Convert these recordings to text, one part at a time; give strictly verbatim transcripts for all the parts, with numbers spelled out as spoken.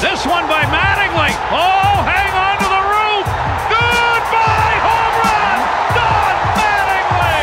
This one by Mattingly. Oh, hang on to the roof. Goodbye, home run. Don Mattingly.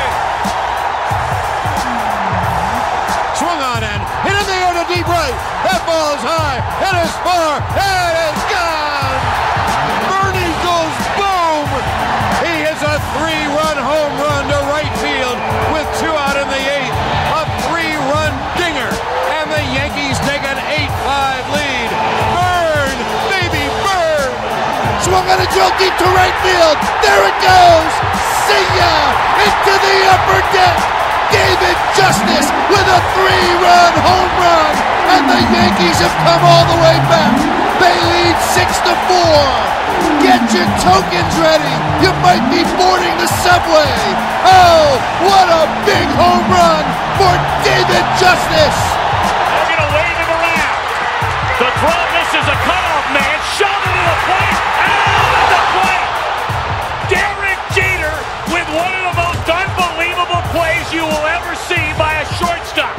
Swung on and hit in the air to deep right. That ball is high. It is far. It is gone. Bernie goes boom. He hits a three-run home run to right field with two out in the eighth. A three-run dinger. And the Yankees take an eight five lead. Burn, baby, burn. Swung on a drill deep to right field. There it goes. See ya. Into the upper deck. David Justice with a three-run home run, and the Yankees have come all the way back. They lead six to four. Get your tokens ready. You might be boarding the subway. Oh, what a big home run for David Justice. They're going to wave him around. The throw misses a cutoff man. Shot into the plate. Out at the plate. Derek Jeter with one of the most unbelievable plays you will ever see by a shortstop.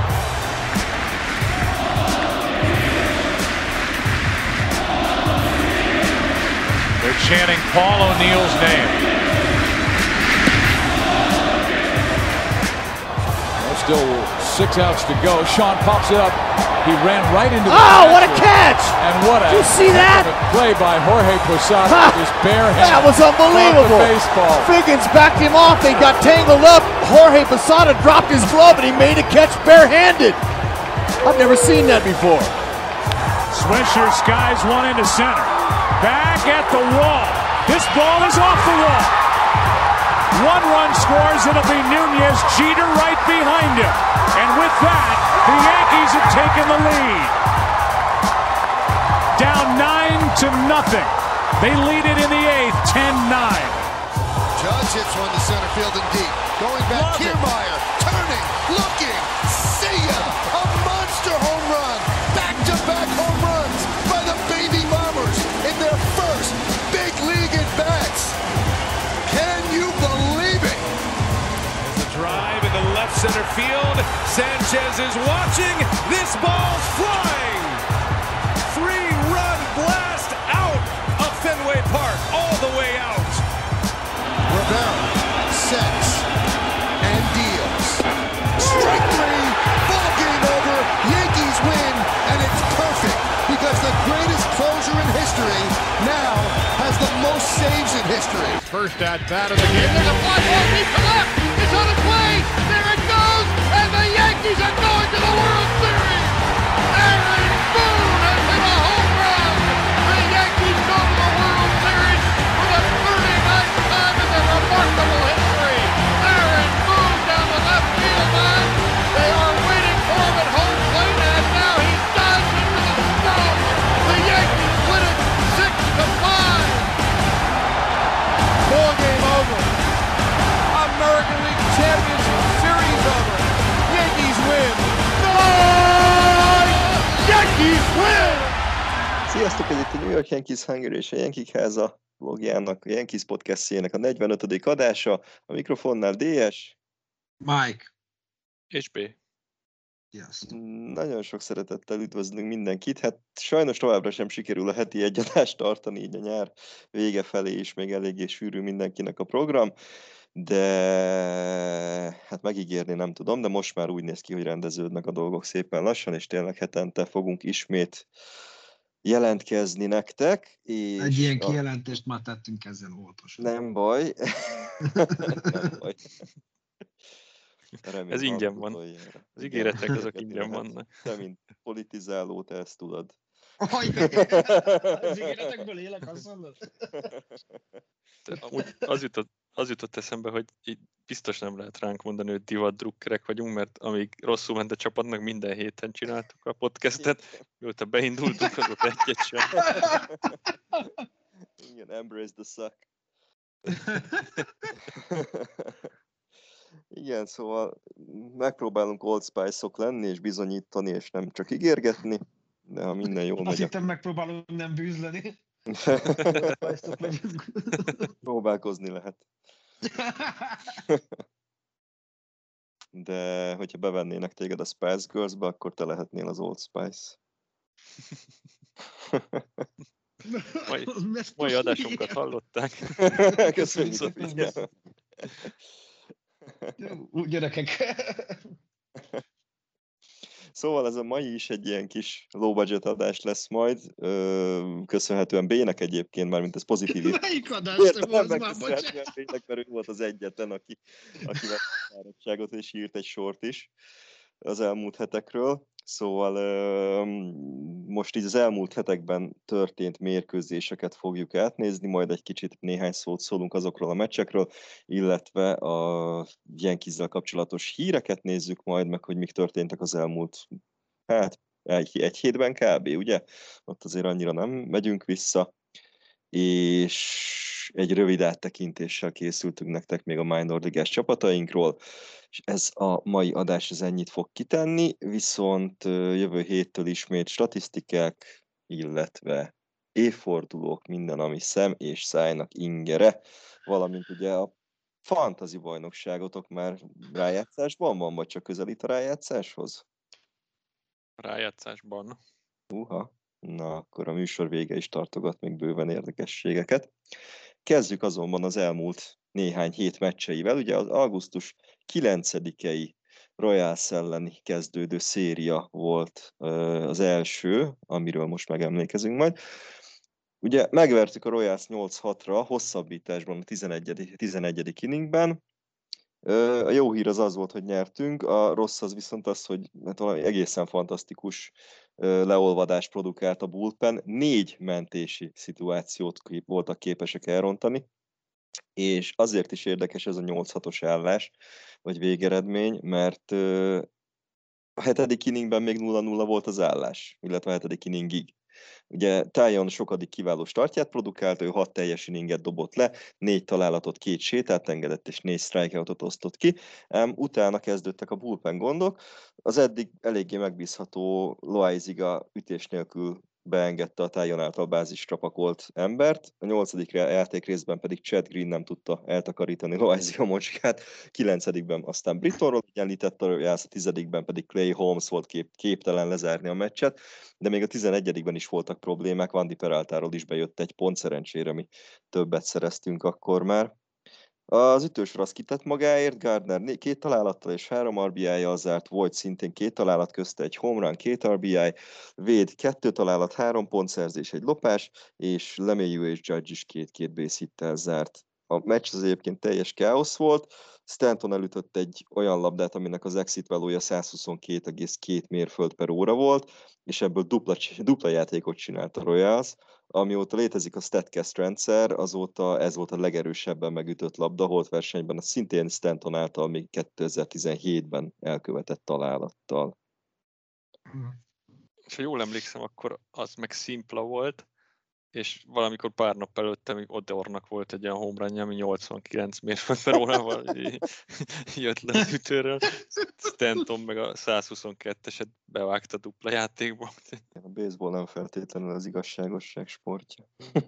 They're chanting Paul O'Neill's name. Well, still six outs to go. Sean pops it up. He ran right into the Oh, what a catch! And what a Did you see that? play by Jorge Posada with his bare hand. That was unbelievable. The baseball. Figgins backed him off. They got tangled up. Jorge Posada dropped his glove and he made a catch barehanded. I've never seen that before. Swisher skies one into center. Back at the wall. This ball is off the wall. One run scores. It'll be Nunez. Jeter right behind him. And with that, the Yankees have taken the lead. Down nine to nothing. They lead it in the eighth, ten nine. Judge hits one to center field and deep. Going back, Love it. Kiermaier, turning, looking, see ya! A monster home run! Back-to-back home runs by the Baby Bombers in their first big league at-bats. Can you believe it? The drive in the left center field. Sanchez is watching. This ball's flying. Three-run blast out of Fenway Park, all the way out. Rivera sets and deals. Strike three, ball game over, Yankees win, and it's perfect because the greatest closer in history now has the most saves in history. First at bat of the game. There's a fly ball deep to left. It's on its way. There it goes, and the Yankees are going to the World Series. Aaron Boone has hit a home run. The Yankees go to the World Series for the thirty-ninth time in their remarkable history. Aaron Boone down the left field line. They are waiting for him at home plate, and now he dives into the stone. The Yankees win it six to five. Ball game over. American League Championship Series over. Yankees win. Yankees win! Sziasztok, ez itt a New York Yankees Hungary és a Yankee Háza blogjának, a Yankees podcastjének a negyvenötödik adása. A mikrofonnál dé es. Mike. És B. Sziasztok. Nagyon sok szeretettel üdvözlünk mindenkit. Hát sajnos továbbra sem sikerül a heti egy adást tartani, így a nyár vége felé is még eléggé sűrű mindenkinek a program, de hát megígérni nem tudom, de most már úgy néz ki, hogy rendeződnek a dolgok szépen lassan, és tényleg hetente fogunk ismét jelentkezni nektek. És Egy ilyen a... kijelentést már tettünk, ezzel óvatosan. Nem baj. Nem baj. Remélem, Ez ingyen van. utoljára. Az ígéretek azok ingyen vannak. Te, mint politizáló, te ezt tudod. Az ígéretekből élek, azt mondod? Az jutott, az jutott eszembe, hogy így biztos nem lehet ránk mondani, hogy divat drukkerek vagyunk, mert amíg rosszul ment a csapatnak, minden héten csináltuk a podcastet. Mióta beindultunk, azóta egyet sem. Igen, embrace the suck. Igen, szóval megpróbálunk Old Spice-ok lenni, és bizonyítani, és nem csak ígérgetni, de ha minden jól megy... Azt hittem, megpróbálunk nem bűzleni. Próbálkozni lehet. De hogyha bevennének téged a Spice Girls-be, akkor te lehetnél az Old Spice. Mai, mai adásunkat hallották. Köszönjük a figyelmet. Úgy gyerekek. Szóval ez a mai is egy ilyen kis low budget adás lesz majd, köszönhetően B-nek egyébként, már mint ez pozitív. Melyik adás te volsz már, köszönhetően B-nek, mert ő volt az egyetlen, aki, aki vett fáradtságot és írt egy sort is az elmúlt hetekről. Szóval most így az elmúlt hetekben történt mérkőzéseket fogjuk átnézni, majd egy kicsit néhány szót szólunk azokról a meccsekről, illetve a Yankees-zel kapcsolatos híreket nézzük majd, meg hogy mik történtek az elmúlt, hát egy, egy hétben kb. Ugye? Ott azért annyira nem megyünk vissza, és egy rövid áttekintéssel készültünk nektek még a minor ligás csapatainkról, és ez a mai adás az ennyit fog kitenni, viszont jövő héttől ismét statisztikák, illetve évfordulók, minden, ami szem és szájnak ingere, valamint ugye a fantasy bajnokságotok már rájátszásban van, vagy csak közelít a rájátszáshoz? Rájátszásban. Uha. Na, akkor a műsor vége is tartogat még bőven érdekességeket. Kezdjük azonban az elmúlt néhány hét meccseivel. Ugye az augusztus kilencedikei Royals elleni kezdődő széria volt az első, amiről most megemlékezünk majd. Ugye megvertük a Royals nyolc hatra hosszabbításban a tizenegyedik tizenegyedik inningben. A jó hír az az volt, hogy nyertünk, a rossz az viszont az, hogy hát valami egészen fantasztikus leolvadást produkált a bullpen. Négy mentési szituációt voltak képesek elrontani, és azért is érdekes ez a nyolc hatos állás, vagy végeredmény, mert a hetedik inningben még nulla nulla volt az állás, illetve a hetedik inningig. Ugye Tyon sokadik kiváló startját produkált, ő hat teljes inninget dobott le, négy találatot, két sétát engedett, és négy strikeoutot osztott ki. Ám utána kezdődtek a bullpen gondok. Az eddig eléggé megbízható Loaiziga ütés nélkül beengedte a Tyon által bázisra pakolt embert. A nyolcadik játék részben pedig Chad Green nem tudta eltakarítani Loaiziga mocskát. Kilencedikben aztán Brittonról egyenlített a Royals, a tizedikben pedig Clay Holmes volt kép, képtelen lezárni a meccset, de még a tizenegyedikben is voltak problémák, Vandy Peraltáról is bejött egy pont, szerencsére mi többet szereztünk akkor már. Az ütősor az kitett magáért, Gardner két találattal és három er bé í-jal zárt, Voit szintén két találat közte, egy home run, két er bé í, Wade kettő találat, három pontszerzés, egy lopás, és LeMahieu és Judge is két-két base hittel zárt. A meccs az egyébként teljes káosz volt, Stanton elütött egy olyan labdát, aminek az exit valója száz huszonkettő egész két mérföld per óra volt, és ebből dupla, dupla játékot csinált a Royals. Amióta létezik a StatCast rendszer, azóta ez volt a legerősebben megütött labda holt versenyben, a szintén Stanton által még kétezer-tizenhétben elkövetett találattal. És ha jól emlékszem, akkor az meg szimpla volt, és valamikor pár nap előtte még Odornak volt egy olyan home runja, ami nyolcvankilenc mérföld per órával jött le az ütőről. Stanton meg a száz huszonkettőeset bevágta dupla játékba. A baseball nem feltétlenül az igazságosság sportja.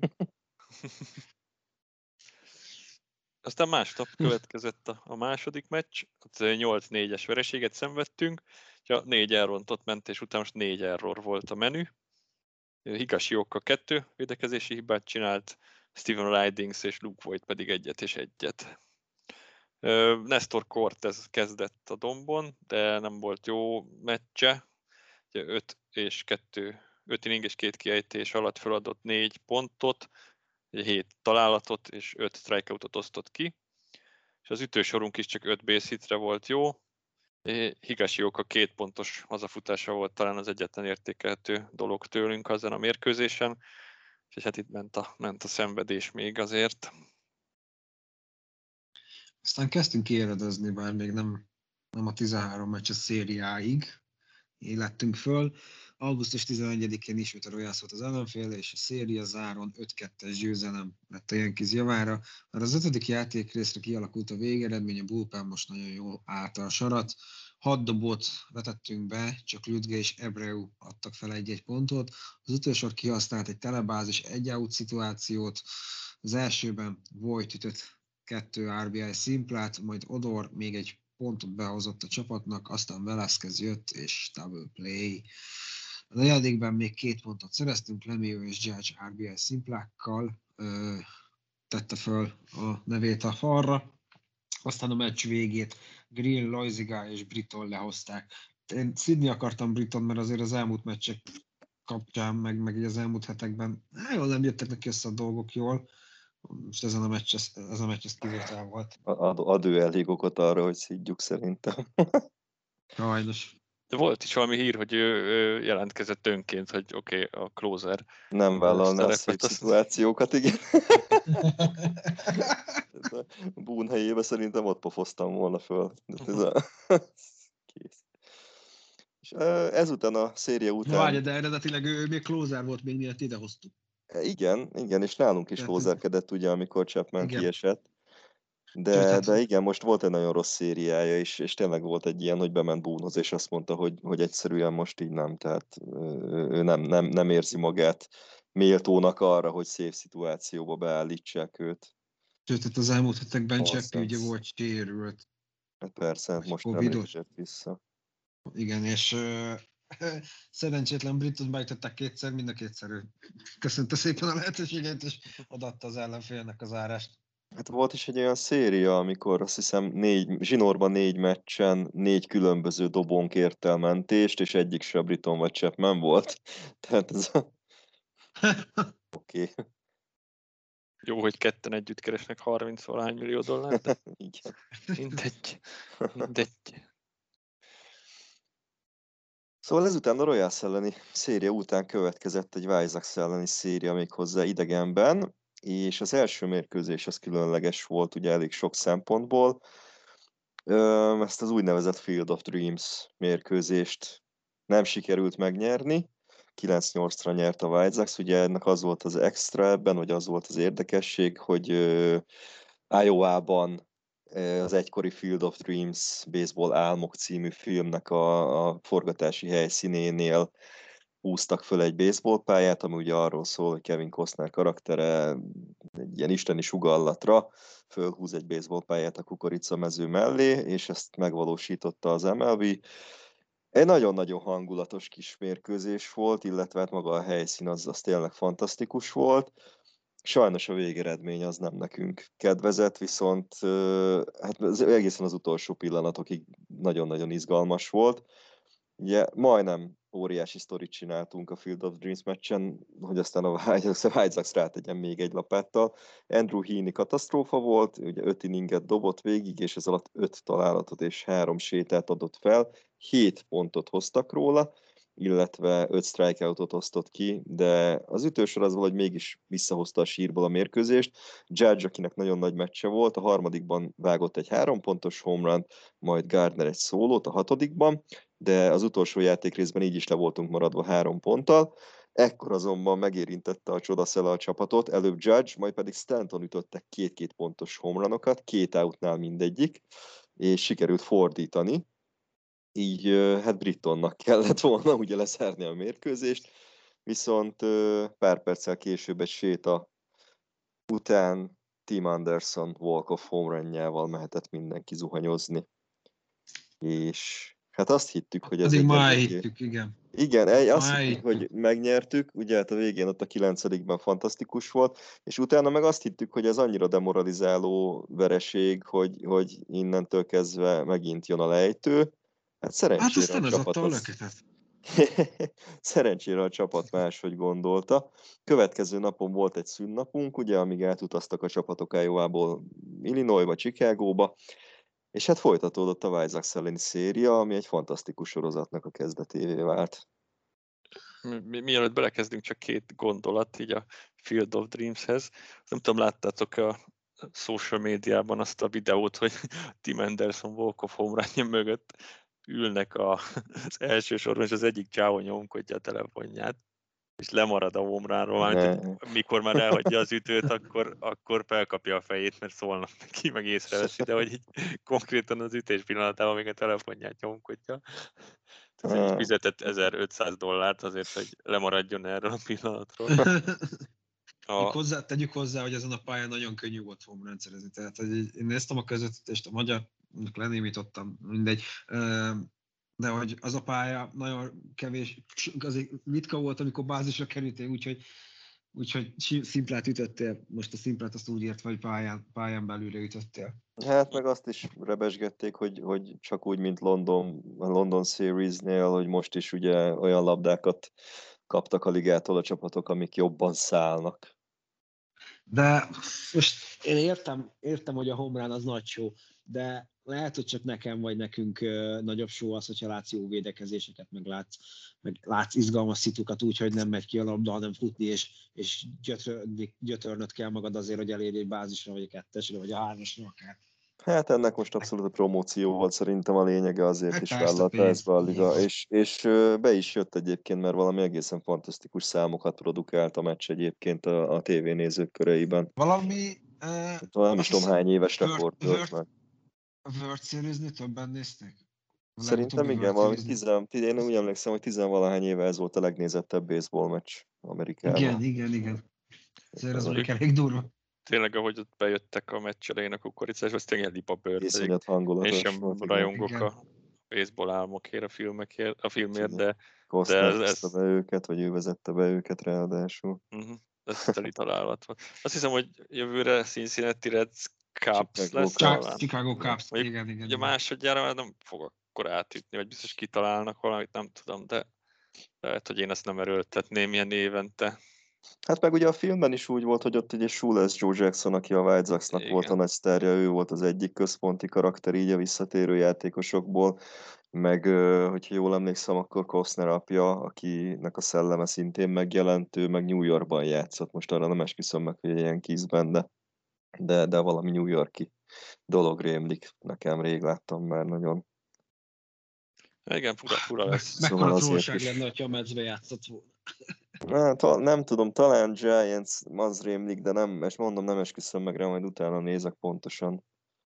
Aztán másnap következett a, a második meccs, nyolc négyes vereséget szenvedtünk, ja, négy elrontott mentés után most négy error volt a menü. Higashioka kettő védekezési hibát csinált, Steven Ridings és Luke Voit pedig egyet és egyet. Nestor Cortez kezdett a dombon, de nem volt jó meccse. öt és kettő, öt inning és két kiejtés alatt feladott négy pontot, hét találatot és öt strikeoutot osztott ki. És az ütősorunk is csak öt base hitre volt jó. Higashioka két pontos hazafutása volt talán az egyetlen értékelhető dolog tőlünk ezen a mérkőzésen, és hát itt ment a, ment a szenvedés még azért. Aztán kezdtünk éredezni, bár még nem, nem a tizenhárom meccses szériáig élettünk föl. augusztus tizenegyedikén ismét a Royals volt az ellenfél, és a széria záron öt kettes győzelem lett a Yankees javára. Mert az ötödik játékrészre kialakult a végeredmény, a bullpen most nagyon jól állta a sarat. Hat dobot vetettünk be, csak Lütge és Abreu adtak fel egy-egy pontot. Az utolsor kihasznált egy telebázis egy-out szituációt. Az elsőben Voit ütött kettő er bé í szimplát, majd Odor még egy pontot behozott a csapatnak, aztán Velázquez jött és double play. A negyedikben még két pontot szereztünk, Lemieux és Judge er bé i szimplákkal ö, tette föl a nevét a falra. Aztán a meccs végét Green, Loiziga és Britton lehozták. Én szidni akartam Britton, mert azért az elmúlt meccsek kapcsán, meg, meg az elmúlt hetekben jól nem jöttek neki össze a dolgok jól. Most ezen a meccs, ez a meccs ez kivétel volt. Ad, ad ő elég okot arra, hogy szidjuk szerintem. Sajnos. De volt is valami hír, hogy ő, ő jelentkezett önként, hogy oké, okay, a closer. Nem vállalná a szép azt... szituációkat, igen. Boone helyébe szerintem ott pofoztam volna föl. Ez a... Kész. És ezután a széria után... Na várja, de eredetileg ő, ő még closer volt, még miért idehoztuk. Igen, igen, és nálunk is closerkedett ugye, amikor Chapman igen. kiesett. De, de igen, most volt egy nagyon rossz szériája, és, és tényleg volt egy ilyen, hogy bement Boone-hoz, és azt mondta, hogy, hogy egyszerűen most így nem, tehát ő nem, nem, nem érzi magát méltónak arra, hogy szép szituációba beállítsák őt. Sőt, hát az elmúlt hetekben Cseppi ugye volt sérült. Hát persze, most nem érkezett vissza. Igen, és uh, szerencsétlen Brittot beütöttek kétszer, mind a kétszer ő köszönte szépen a lehetőséget, és odaadta az ellenfélnek az árást. Hát volt is egy olyan széria, amikor azt hiszem négy, zsinórban négy meccsen négy különböző dobón kért el mentést, és egyik se Britton vagy Chapman volt. Tehát ez a... Oké. Okay. Jó, hogy ketten együtt keresnek harminc-valahány millió dollárt, de igen. mindegy. mindegy. Szóval ezután a Royals elleni széria után következett egy Isaacs elleni széria méghozzá idegenben, és az első mérkőzés az különleges volt ugye elég sok szempontból. Ezt az úgynevezett Field of Dreams mérkőzést nem sikerült megnyerni, kilenc nyolcra nyert a White Sox, ugye ennek az volt az extra ebben, vagy az volt az érdekesség, hogy Iowa-ban az egykori Field of Dreams Baseball Álmok című filmnek a, a forgatási helyszínénél húztak föl egy baseballpályát, ami ugye arról szól, hogy Kevin Costner karaktere egy ilyen isteni sugallatra fölhúz egy baseballpályát a kukoricamező mellé, és ezt megvalósította az em el bé. Egy nagyon-nagyon hangulatos kis mérkőzés volt, illetve hát maga a helyszín az, az tényleg fantasztikus volt. Sajnos a végeredmény az nem nekünk kedvezett, viszont hát egészen az utolsó pillanatokig nagyon-nagyon izgalmas volt. Ugye majdnem óriási sztorit csináltunk a Field of Dreams meccsen, hogy aztán a White Sox rátegyen még egy lapáttal. Andrew Heaney katasztrófa volt, ugye öt inninget dobott végig, és ez alatt öt találatot és három sétát adott fel. Hét pontot hoztak róla, illetve öt strikeoutot osztott ki, de az ütősor az valahogy mégis visszahozta a sírból a mérkőzést. Judge, akinek nagyon nagy meccse volt, a harmadikban vágott egy három pontos home run, majd Gardner egy szólót a hatodikban, de az utolsó játékrészben így is le voltunk maradva három ponttal. Ekkor azonban megérintette a csodaszele a csapatot, előbb Judge, majd pedig Stanton ütöttek két-két pontos home runokat, két outnál mindegyik, és sikerült fordítani. Így hát Brittonnak kellett volna ugye leszárni a mérkőzést, viszont pár perccel később egy séta után Tim Anderson walk-off home run-jával mehetett mindenki zuhanyozni. És hát azt hittük, hogy ez Addig egy... már hittük, igen. Igen, egy, azt hittük, hogy megnyertük, ugye hát a végén ott a kilencedikben fantasztikus volt, és utána meg azt hittük, hogy ez annyira demoralizáló vereség, hogy, hogy innentől kezdve megint jön a lejtő. Hát szerencsére hát a csapat az... szerencsére a csapat máshogy gondolta. Következő napon volt egy szünnapunk, ugye, amíg átutaztak a csapatok Iowa-ból Illinoisba, Chicagóba, és hát folytatódott a White Sox elleni széria, ami egy fantasztikus sorozatnak a kezdetévé vált. Mi, mielőtt belekezdünk, csak két gondolat így a Field of Dreams-hez. Nem tudom, láttátok a social médiában azt a videót, hogy Tim Anderson walk-off home run mögött ülnek a, az első soron, és az egyik csávó nyomkodja a telefonját, és lemarad a home runról, mert mikor már elhagyja az ütőt, akkor, akkor felkapja a fejét, mert szólnak neki, meg észreveszi, de hogy így konkrétan az ütés pillanatában még a telefonját nyomkodja. Tehát így fizetett ezerötszáz dollárt azért, hogy lemaradjon erről a pillanatról. A... Hozzá, tegyük hozzá, hogy ezen a pályán nagyon könnyű volt home rendszerezni. Tehát hogy én néztem a közvetítést, a magyar, lenémítottam, mindegy. de hogy az a pálya nagyon kevés, azért ritka volt, amikor bázisra kerültél, úgyhogy, úgyhogy szimplát ütöttél, most a szimplát azt úgy értve, hogy pályán, pályán belülre ütöttél. Hát meg azt is rebesgették, hogy, hogy csak úgy, mint London, a London Series-nél, hogy most is ugye olyan labdákat kaptak a ligától a csapatok, amik jobban szállnak. De most én értem, értem, hogy a home run az nagy show, de lehet, hogy csak nekem vagy nekünk uh, nagyobb show az, hogyha látsz jó védekezéseket, meg látsz, meg látsz izgalmas szitukat úgy, hogy nem megy ki a labda, hanem futni, és, és gyötörni, gyötörnöd kell magad azért, hogy elérj egy bázisra, vagy a kettesre, vagy a hármasra akár. Hát ennek most abszolút a promóció volt szerintem a lényege, azért Hát is persze, vállalta pénz, ezt be a liga, pénz. és, és be is jött egyébként, mert valami egészen fantasztikus számokat produkált a meccs egyébként a, a tévénézők köreiben. Valami... Uh, Nem is tudom hány éves World, rekord volt World, meg. a World Series-nél többen nézték? A Szerintem legutóbbi igen, World valami Series-nél? tíz, én úgy emlékszem, hogy tizenvalahány éve ez volt a legnézettebb baseball meccs Amerikában. Igen, igen, igen. Azért az mondjuk Mondjuk- elég durva. Tényleg, ahogy ott bejöttek a meccs elején a kukoricás, az tényleg lipa bőr. Iszonyat Én hangulatos sem volt, igen. rajongok Igen. a baseball álmokért, a filmekért, a filmért, de, de Costner ez, hozta ez, be őket, vagy ő vezette be őket ráadásul. uh-huh, ez teli találat volt. Azt hiszem, hogy jövőre Cincinnati Reds Cubs Chicago lesz Cubs. talán. Chicago Igen. Cubs, Mondjuk, igen, igen. Ugye igen. másodjára már nem fog akkor átütni, vagy biztos kitalálnak valamit, nem tudom, de lehet, hogy én ezt nem erőltetném ilyen évente. Hát meg ugye a filmben is úgy volt, hogy ott ugye Shoeless Joe Jackson, aki a White Sox-nak Igen. volt a nagy sztárja, ő volt az egyik központi karakter így a visszatérő játékosokból, meg ö, hogyha jól emlékszem, akkor Costner apja, akinek a szelleme szintén megjelentő, meg New Yorkban játszott, most arra nem esküszöm meg, hogy ilyen kizben, de, de, de valami New York-i dolog rémlik, nekem rég láttam már nagyon. Igen, fura, fura lesz. Mekkora Szóval azért trollság is. lenne, ha a meccsbe játszott volna. Na, ta, nem tudom, talán Giants, az rémlik, de nem, és mondom, nem esküszöm meg rá, majd utána nézek pontosan.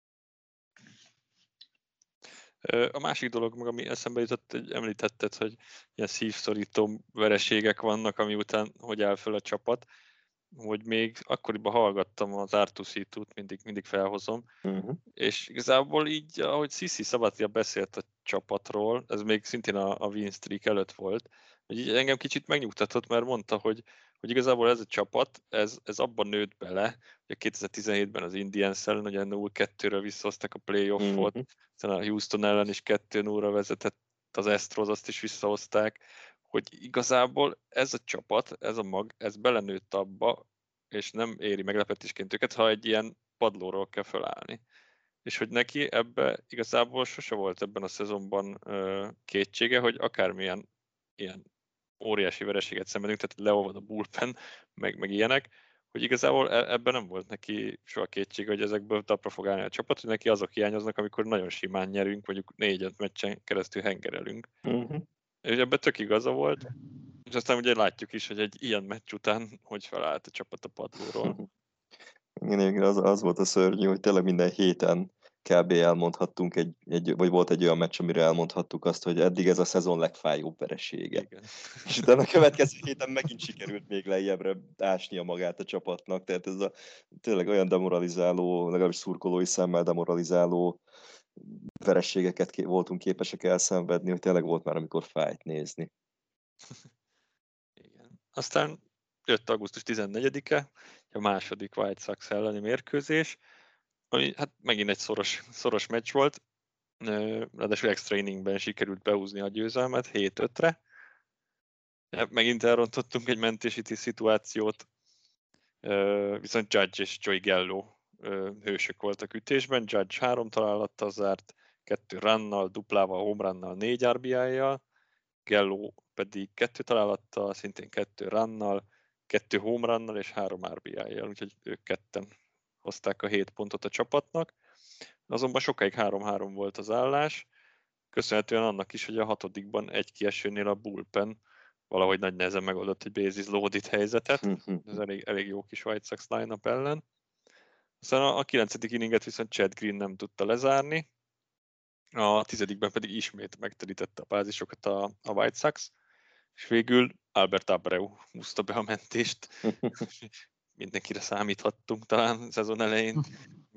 Ö, A másik dolog, meg ami eszembe jutott, hogy említetted, hogy ilyen szívszorító vereségek vannak, ami után hogy áll föl a csapat, hogy még akkoriban hallgattam az Artusitu-t, mindig, mindig felhozom, Uh-huh. és igazából így, ahogy Sisi Sabathia beszélt a csapatról, ez még szintén a, a win streak előtt volt, hogy így engem kicsit megnyugtatott, mert mondta, hogy, hogy igazából ez a csapat, ez, ez abban nőtt bele, hogy kétezer-tizenhétben az Indians ellen, ugye nulla kettőről visszahozták a playoffot, Mhm. aztán a Houston ellen is kettő nullra vezetett az Astros, azt is visszahozták, hogy igazából ez a csapat, ez a mag, ez belenőtt abba, és nem éri meglepetésként őket, ha egy ilyen padlóról kell fölállni. És hogy neki ebbe igazából sose volt ebben a szezonban ö, kétsége, hogy akármilyen ilyen óriási vereséget szenvedünk, tehát leolvad a bullpen, meg, meg ilyenek, hogy igazából e- ebben nem volt neki soha kétsége, hogy ezekből tapra fog állni a csapat, hogy neki azok hiányoznak, amikor nagyon simán nyerünk, mondjuk négy-öt meccsen keresztül hengerelünk. Uh-huh. És ebben tök igaza volt, és aztán ugye látjuk is, hogy egy ilyen meccs után hogy felállt a csapat a padlóról. Igen, igen, az, az volt a szörnyű, hogy tényleg minden héten kb. Elmondhattunk egy, egy, vagy volt egy olyan meccs, amire elmondhattuk azt, hogy eddig ez a szezon legfájóbb veresége. Igen. És utána a következő héten megint sikerült még lejjebbre ásnia magát a csapatnak, tehát ez a tényleg olyan demoralizáló, legalábbis szurkolói szemmel demoralizáló vereségeket ké- voltunk képesek elszenvedni, hogy tényleg volt már, amikor fájt nézni. Igen. Aztán jött augusztus tizennegyedike, a második White Sox elleni mérkőzés, ami hát megint egy szoros, szoros meccs volt, Ö, ráadásul extra inningben sikerült behúzni a győzelmet hét ötre. Megint elrontottunk egy mentési szituációt, Ö, viszont Judge és Joey Gallo ö, hősök voltak ütésben. Judge három találattal zárt, kettő runnal, duplával, home runnal, négy er bé í-jal, Gallo pedig kettő találattal, szintén kettő runnal, kettő home runnal és három er bé í-jal, úgyhogy ők ketten hozták a hét pontot a csapatnak. Azonban sokáig három-három volt az állás, köszönhetően annak is, hogy a hatodikban egy kiesőnél a bullpen valahogy nagy nehezen megoldott egy bases loaded helyzetet. Ez elég, elég jó kis White Sox line-up ellen. Aztán a, a kilencedik inninget viszont Chad Green nem tudta lezárni, a tizedikben pedig ismét megterítette a bázisokat a, a White Sox, és végül Albert Abreu húzta be a mentést. Mindenkire számíthattunk talán szezon elején,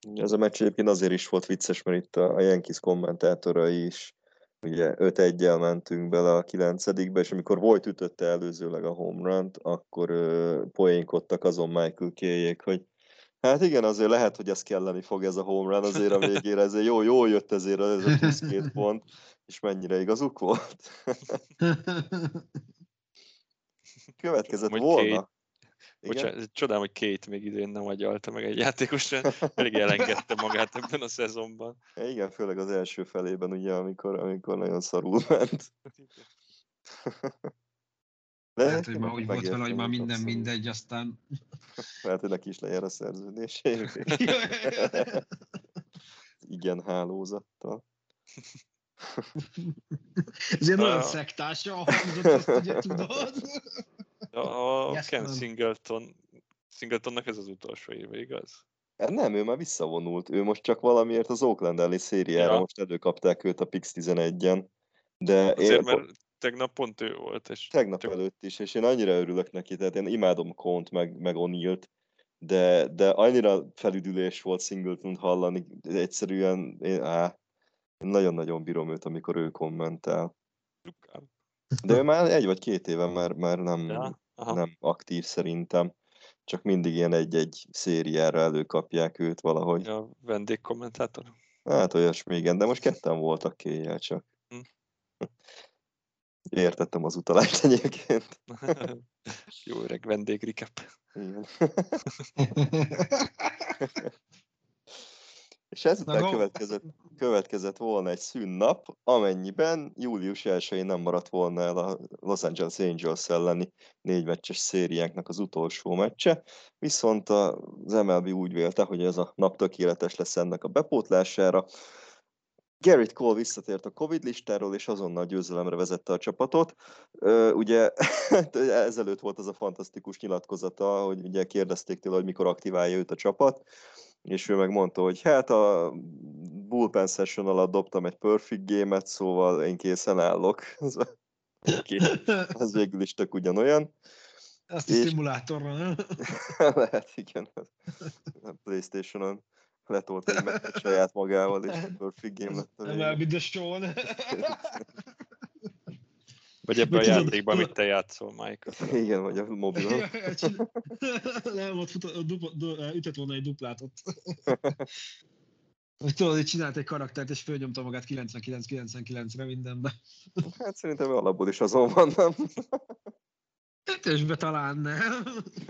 Ez a meccs egyébként azért is volt vicces, mert itt a Yankees kommentátorai is ugye öt egyel mentünk bele a kilencedikbe, és amikor Voit ütötte előzőleg a home run-t, akkor ö, poénkodtak azon Michael Kay-ék, hogy hát igen, azért lehet, hogy ez kelleni fog ez a home run azért a végére, ezért jó, jó jött ezért ez a plusz két pont, és mennyire igazuk volt. Következett Hogy volna. Kate, bocsánat, csodálom, hogy Kate még idén nem agyalta meg egy játékosra, elég elengedte magát ebben a szezonban. Igen, főleg az első felében, ugye, amikor, amikor nagyon szarul ment. De lehet, hogy már úgy volt vele, hogy már minden abszolút. Mindegy, aztán... Lehet, hogy neki is lejár a szerződés. Igen, hálózattal. Ezért uh, nagyon szektása a hangzott, azt ugye tudod. A yes, Ken Singleton, Singletonnak ez az utolsó éve, igaz? Nem, ő már visszavonult. Ő most csak valamiért az Oakland elleni szériára, ja. Most előkapták őt a Pix tizenegyen. De azért, én... mert tegnap pont ő volt. És tegnap csak... előtt is, és én annyira örülök neki, tehát én imádom Cont meg, meg O'Neillt, de, de annyira felüdülés volt Singletont hallani, egyszerűen én, á, én nagyon-nagyon bírom őt, amikor ő kommentál. De ő már egy vagy két éve már, már nem, ja, nem aktív szerintem, csak mindig ilyen egy-egy szériára előkapják őt valahogy. A vendégkommentátor? Hát olyasmi, igen, de most ketten voltak Kéjjel csak. Hm. Értettem az utalást egyébként. Jó öreg vendégrecap. Igen. És ezután következett, következett volna egy szünnap, amennyiben július elsején nem maradt volna el a Los Angeles Angels elleni négy meccses szériánknak az utolsó meccse, viszont az em el bé úgy vélte, hogy ez a nap tökéletes lesz ennek a bepótlására. Gerrit Cole visszatért a Covid listáról, és azonnal győzelemre vezette a csapatot. Ö, ugye ezelőtt volt az a fantasztikus nyilatkozata, hogy ugye kérdezték tőle, hogy mikor aktiválja őt a csapat, és ő megmondta, hogy hát a bullpen session alatt dobtam egy perfect game-et, szóval én készen állok. Ez végül is tök ugyanolyan. Azt és... a szimulátorra, nem? Lehet, igen. A PlayStation-on letolt egy meccset saját magával, és perfect game lett a végén. Nem, the show-n. Vagy ebben a játékban, amit te játszol, Mike. Igen, vagy a mobilon. Nem, ott ütött volna egy duplát ott. Tudod, hogy csinált egy karaktert, és fölnyomta magát kilencvenkilenc kilencvenkilencre mindenben. Hát szerintem alapból is azon van, nem? Ötösbe talán nem.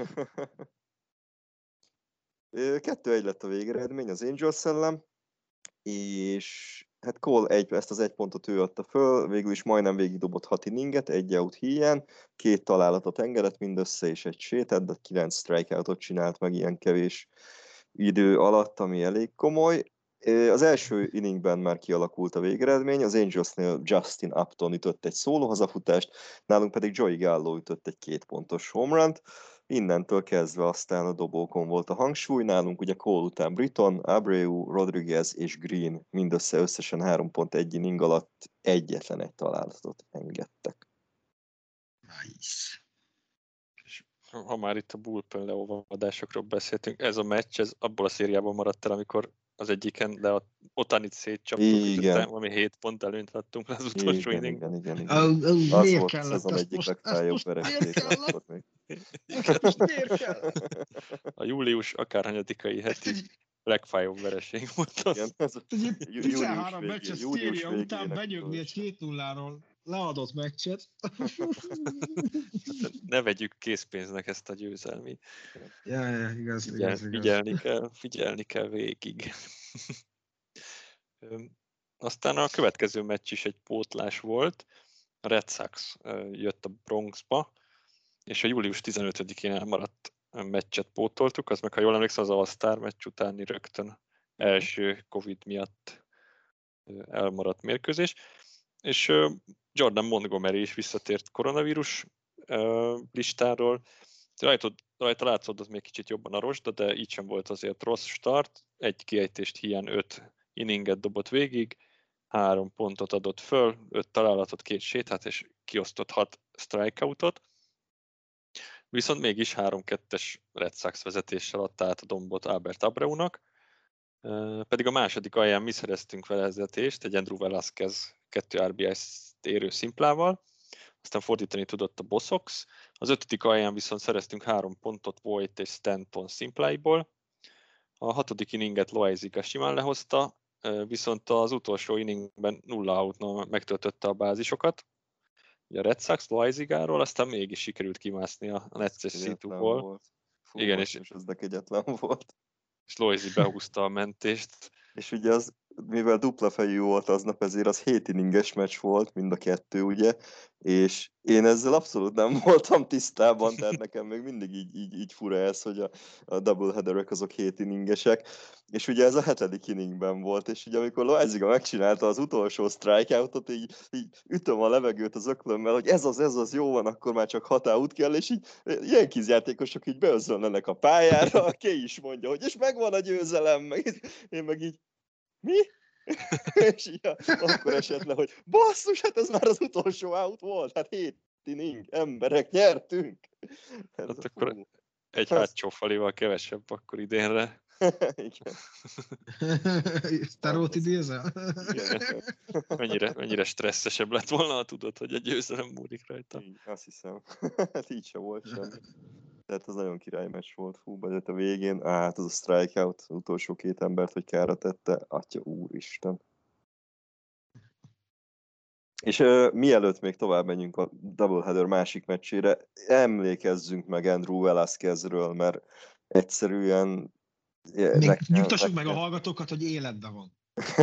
kettő egy lett a végeredmény az Angels ellen, és hát Cole egy, ezt az egy pontot ő adta föl, végül is majdnem végig dobott hat inninget, egy out híján, két találatot engedett mindössze, és egy sétát, de kilenc strikeoutot csinált meg ilyen kevés idő alatt, ami elég komoly. Az első inningben már kialakult a végeredmény, az Angelsnél Justin Upton ütött egy szóló hazafutást, nálunk pedig Joey Gallo ütött egy két pontos home runt. Innentől kezdve aztán a dobókon volt a hangsúly, nálunk ugye Cole után Britton, Abreu, Rodriguez és Green mindössze összesen három pont egy inning alatt egyetlen egy találatot engedtek. Nice. És ha már itt a bullpen leolvadásokról beszéltünk, ez a meccs, ez abból a szériában maradt el, amikor az egyiken, de a Otanit szétcsaptuk, és aztán valami hét pont előnyt adtunk az utolsó igen, inning. Igen, igen, igen. A, a, az miért volt kellett? Ez az egyik legfájóbb vereség. Miért kellett? A július akárhanyadikai heti legfájóbb vereség volt az. Igen, ez a tizenhárom meccses széria után benyögni egy két nulláról leadott meccset. Hát ne vegyük készpénznek ezt a győzelmi. Ja, ja, igaz, Figyel, igaz, igaz. Figyelni kell, figyelni kell végig. Aztán a következő meccs is egy pótlás volt. A Red Sox jött a Bronxba, és a július tizenötödikén elmaradt meccset pótoltuk, az meg, ha jól emlékszem, az All-Star meccs utáni rögtön első Covid miatt elmaradt mérkőzés. És Jordan Montgomery is visszatért koronavírus listáról. Rajta, rajta látszódott még kicsit jobban a rosda, de így sem volt azért rossz start. Egy kiejtést hiány öt inninget dobott végig, három pontot adott föl, öt találatot, két sétát, és kiosztott hat strikeoutot. Viszont mégis három kettes Red Sox vezetéssel adta át a dombot Albert Abreunak, Pedig a második alján mi szereztünk vezetést, egy Andrew Velázquez kettő er bé i-t érő szimplával, aztán fordítani tudott a Bosox. Az ötödik alján viszont szereztünk három pontot Voit és Stanton szimpláiból. A hatodik inninget Loaiziga simán lehozta, viszont az utolsó inningben nulla outnál megtöltötte a bázisokat. Ugye a Red Sox Loaizigáról, aztán mégis sikerült kimászni a necces szitúból. Igen, és ez de kegyetlen volt. És Loaizi behúzta a mentést. És ugye az, mivel dupla fejű volt aznap, ezért az hét inninges meccs volt, mind a kettő, ugye, és én ezzel abszolút nem voltam tisztában, tehát nekem még mindig így, így, így fura ez, hogy a, a doubleheaderek azok hét inningesek, és ugye ez a hetedik inningben volt, és ugye amikor Loaiziga megcsinálta az utolsó strikeoutot, így, így ütöm a levegőt az öklömmel, hogy ez az, ez az, jó van, akkor már csak hat out kell, és így ilyen kizjátékosok így beözölnenek a pályára, ki is mondja, hogy és megvan a győzelem, meg én meg így mi? És így, akkor esett le, hogy basszus, hát ez már az utolsó out volt, hát hét inning, emberek, nyertünk. Hát ez akkor fú. Egy hátsó falival kevesebb akkor idénre. Igen. Sztarót idézel? mennyire, mennyire stresszesebb lett volna, ha tudod, hogy egy győzelem múlik rajta. Így, azt hiszem. Hát így sem volt semmi. Tehát az nagyon király meccs volt, fú, bejött a végén, á, hát az a strikeout, az utolsó két embert, hogy kára tette, atya úristen. És uh, mielőtt még tovább menjünk a doubleheader másik meccsére, emlékezzünk meg Andrew Velázquezről, mert egyszerűen... Még nyugtassuk meg a hallgatókat, hogy életben van.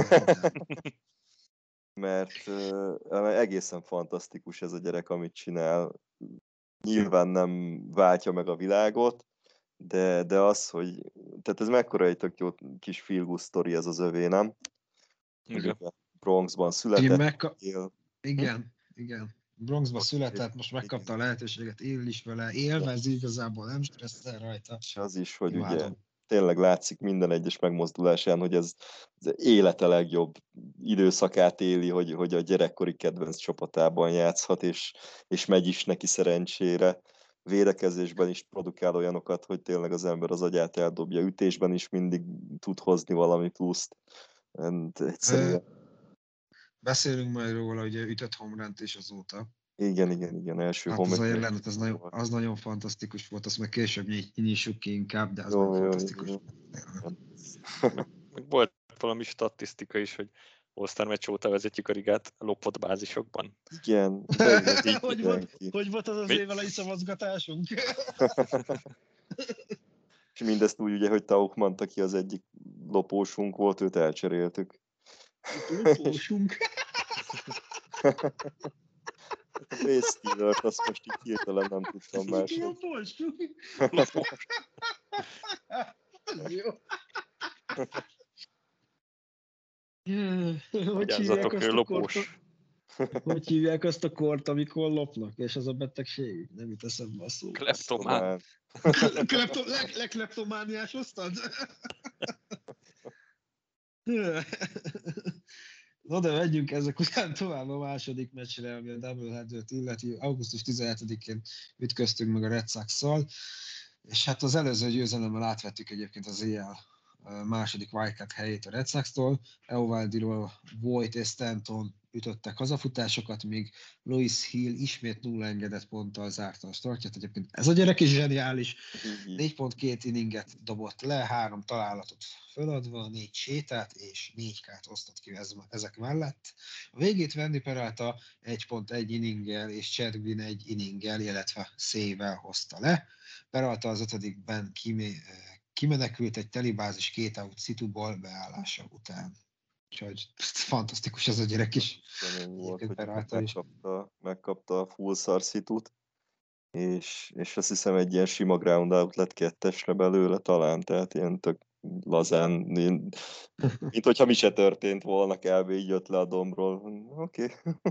Mert uh, egészen fantasztikus ez a gyerek, amit csinál. Nyilván nem váltja meg a világot, de, de az, hogy... Tehát ez mekkora egy tök jó kis feel good sztori ez az övé, nem? Igen. Bronxban született. Megka- igen, igen. Bronxban született, most megkapta a lehetőséget, él is vele, élvezi igazából, nem stresszel rajta. És az is, hogy Imádom. ugye tényleg látszik minden egyes megmozdulásán, hogy ez az élete legjobb időszakát éli, hogy, hogy a gyerekkori kedvenc csapatában játszhat, és, és megy is neki szerencsére. Védekezésben is produkál olyanokat, hogy tényleg az ember az agyát eldobja, ütésben is mindig tud hozni valami pluszt. Egyszerűen... Beszélünk majd róla, hogy ütött homerant is azóta. Igen, igen, igen, első hát homerant. Az a jelenet, az nagyon, az nagyon fantasztikus volt, azt meg később nyissuk ki inkább, de az jó, nagyon jó, fantasztikus. Jó, jó. Meg volt valami statisztika is, hogy All-Star meccs óta vezetjük a ligát lopott bázisokban. Igen. hogy, volt, hogy volt az az évelei szavazgatásunk? És mindezt úgy ugye, hogy Tauchmann, aki az egyik lopósunk volt, őt elcseréltük. Lopósunk? A base stealert, azt most így hirtelen nem tudtam máshogy. Lopósunk? Jó. Hogy hívják azt a kort, hogy hívják azt a kort, amikor lopnak, és az a betegség? Nem jut eszembe a szó. Kleptomán. Lekleptomániás osztad? Na de megyünk ezek után tovább a második meccsre, ami a doubleheadert illeti. augusztus tizenhetedikén ütköztünk meg a Red Sox-szal, és hát az előző győzelemmel átvettük egyébként az éjjel második wildcard helyét a Red Sox-tól. Eovaldiról Voit és Stanton ütöttek hazafutásokat, míg Lois Hill ismét nulla engedett ponttal zárta a startját. Egyébként ez a gyerek is zseniális. négy pont két inninget dobott le, három találatot föladva, négy sétát és négy kát osztott ki ezek mellett. A végét Wendy Peralta egy pont egy inninggel és Chad Green egy inninggel, illetve szével hozta le. Peralta az ötödikben kimé kimenekült egy telibázis két out szituból beállása után. Úgyhogy fantasztikus ez a gyerek is. Volt, hogy megkapta, megkapta a full szar szitut, és, és azt hiszem egy ilyen sima ground out lett kettesre belőle talán, tehát ilyen tök lazán, mint hogyha mi se történt volna, kb. Így jött le a dombról. Oké. Okay.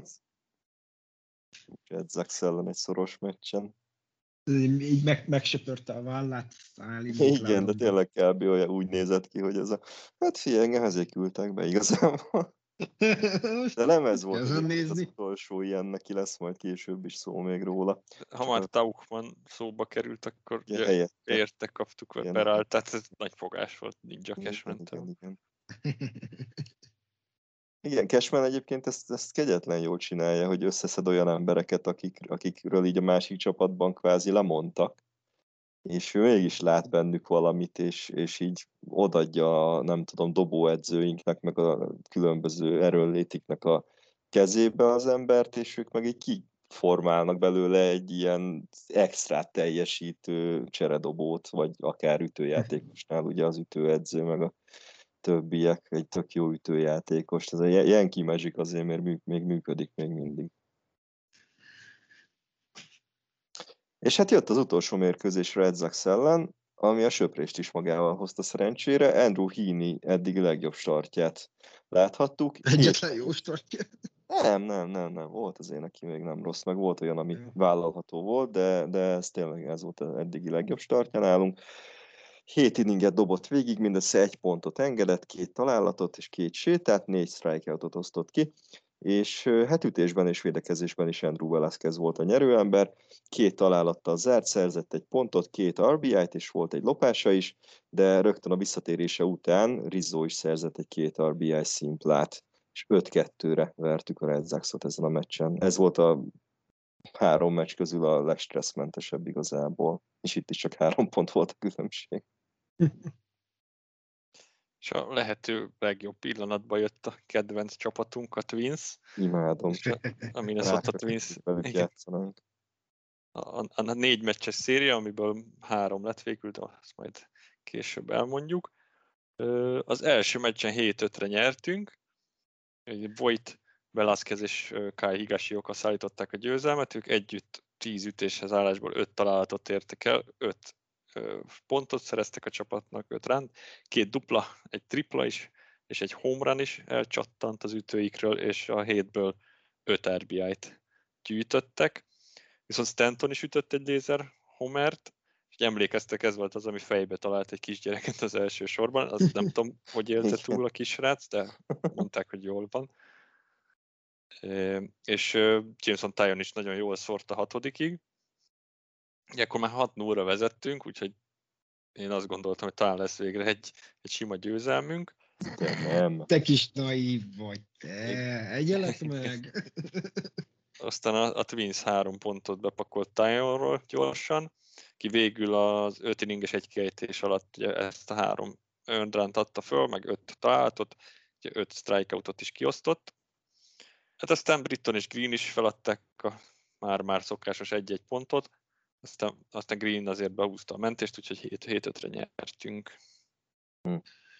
Red Sox ellen egy szoros meccsen. Így meg, megsöpörte a vállát. Igen, de tényleg kb. Olyan úgy nézett ki, hogy ez a... Hát figyelj, engem ezért küldtek be igazából. De nem ez volt Ezen egyébként az nézni. utolsó ilyen, neki lesz majd később is szó még róla. Ha már Tauchman szóba került, akkor Ugye ugye helyette. érte kaptuk Igen. Peralt, tehát ez nagy fogás volt Ninja Igen, Cashman-től. igen, igen. Igen, Cashman egyébként ezt, ezt kegyetlen jól csinálja, hogy összeszed olyan embereket, akik, akikről így a másik csapatban kvázi lemondtak, és ő mégis lát bennük valamit, és, és így odaadja a, nem tudom, dobóedzőinknek, meg a különböző erőnlétiknek a kezébe az embert, és ők meg így kiformálnak belőle egy ilyen extra teljesítő cseredobót, vagy akár ütőjátékosnál ugye az ütőedző, meg a többiek, egy tök jó ütőjátékos. Ez a Yankee Magic azért még, mű, még működik még mindig. És hát jött az utolsó mérkőzés Red Sox ellen, ami a söprést is magával hozta szerencsére. Andrew Heaney eddigi legjobb startját láthattuk. Egyetlen jó startja. Nem, nem, nem, nem. Volt azért neki még nem rossz, meg volt olyan, ami Ja. vállalható volt, de, de ez tényleg ez volt az eddigi legjobb startja nálunk. Hét inninget dobott végig, mindössze egy pontot engedett, két találatot és két sétát, négy strikeoutot osztott ki, és hát ütésben és védekezésben is Andrew Velázquez volt a nyerőember, két találattal zárt, szerzett egy pontot, két er bé í-t, és volt egy lopása is, de rögtön a visszatérése után Rizzo is szerzett egy két er bé í szimplát, és öt kettőre vertük a Red Soxot ezen a meccsen. Ez volt a három meccs közül a legstresszmentesebb igazából, és itt is csak három pont volt a különbség. És a lehető legjobb pillanatban jött a kedvenc csapatunk, a Twins. Imádom. És a, a Minnesota Twins. Velük játszanánk. A, a, a négy meccses széria, amiből három lett végül, de azt majd később elmondjuk. Az első meccsen hét ötre nyertünk. Voit, Velázquez és Kai Higashioka szállították a győzelmet, ők együtt tíz ütéshez állásból öt találatot értek el, öt pontot szereztek a csapatnak, öt run, két dupla, egy tripla is, és egy home run is elcsattant az ütőikről, és a hétből öt er bé í-t gyűjtöttek. Viszont Stanton is ütött egy lézer homert, és emlékeztek, ez volt az, ami fejbe talált egy kisgyereket az első sorban. Azt nem tudom, hogy élte túl a kisrác, de mondták, hogy jól van. És Jameson Taillon is nagyon jól szórt a hatodikig. Akkor már hat nullra vezettünk, úgyhogy én azt gondoltam, hogy talán lesz végre egy, egy sima győzelmünk. De nem. Te kis naív vagy, te. Egyelet meg. Aztán a, a Twins három pontot bepakolt Taillonról gyorsan, ki végül az öt inninges egy kiejtés alatt ugye ezt a három earned runt adta föl, meg öt találatot, ugye öt strikeoutot is kiosztott. Hát aztán Britton és Green is feladták a már-már szokásos egy-egy pontot, aztán, aztán Green azért behúzta a mentést, úgyhogy hét ötre nyertünk. Hm.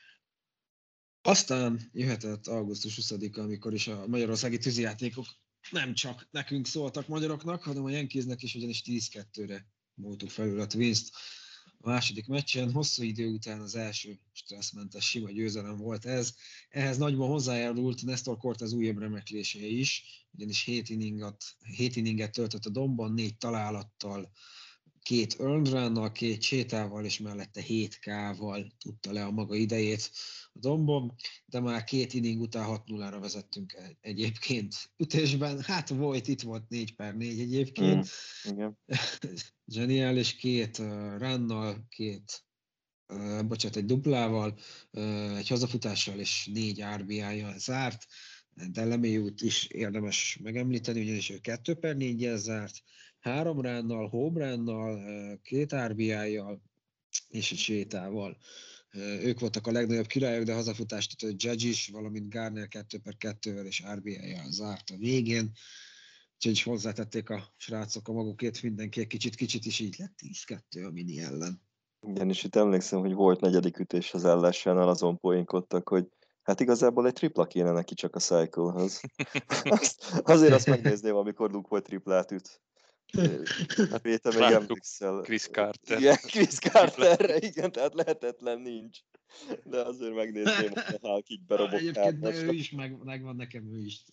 Aztán jöhetett augusztus huszadika, amikor is a magyarországi tűzijátékok nem csak nekünk szóltak magyaroknak, hanem a Yankeesnek is, ugyanis tíz kettőre múltuk felül a Twins-t. A második meccsen hosszú idő után az első stresszmentes sima győzelem volt ez. Ehhez nagyban hozzájárult Nestor Cortez újabb remeklése is, ugyanis hét inninget, hét inninget töltött a dombon, négy találattal, két earned runnal, két sétával, és mellette hét K-val tudta le a maga idejét a dombon, de már két inning után hat nullára vezettünk egyébként ütésben. Hát Voit itt volt négy per négy egyébként. Mm, igen. Zseniális, két uh, runnal, két, uh, bocsánat, egy duplával, uh, egy hazafutással és négy er bé í-jal zárt. De LeMahieu-t is érdemes megemlíteni, ugyanis ő kettő per négyel zárt, három runnal, home runnal, két er bé í-jal és egy sétával. Ők voltak a legnagyobb királyok, de hazafutást tett Judge is, valamint Garner kettő per kettővel és er bé í-jal zárt a végén. Úgyhogy hozzátették a srácok a magukét, mindenki egy kicsit-kicsit, és így lett tíz kettő a Mini ellen. Igen, és itt emlékszem, hogy volt negyedik ütés az ellensennel, azon poénkodtak, hogy hát igazából egy tripla kéne neki csak a Cycle-hoz. Azért azt megnézném, amikor Luke Voit triplát üt. Hát Péter még emlékszel. Chris Carter. Igen, Chris Carterre, igen, tehát lehetetlen nincs. De azért megnézném, hogy a Hulk így berobott. Egyébként ő is, meg, megvan nekem ő is.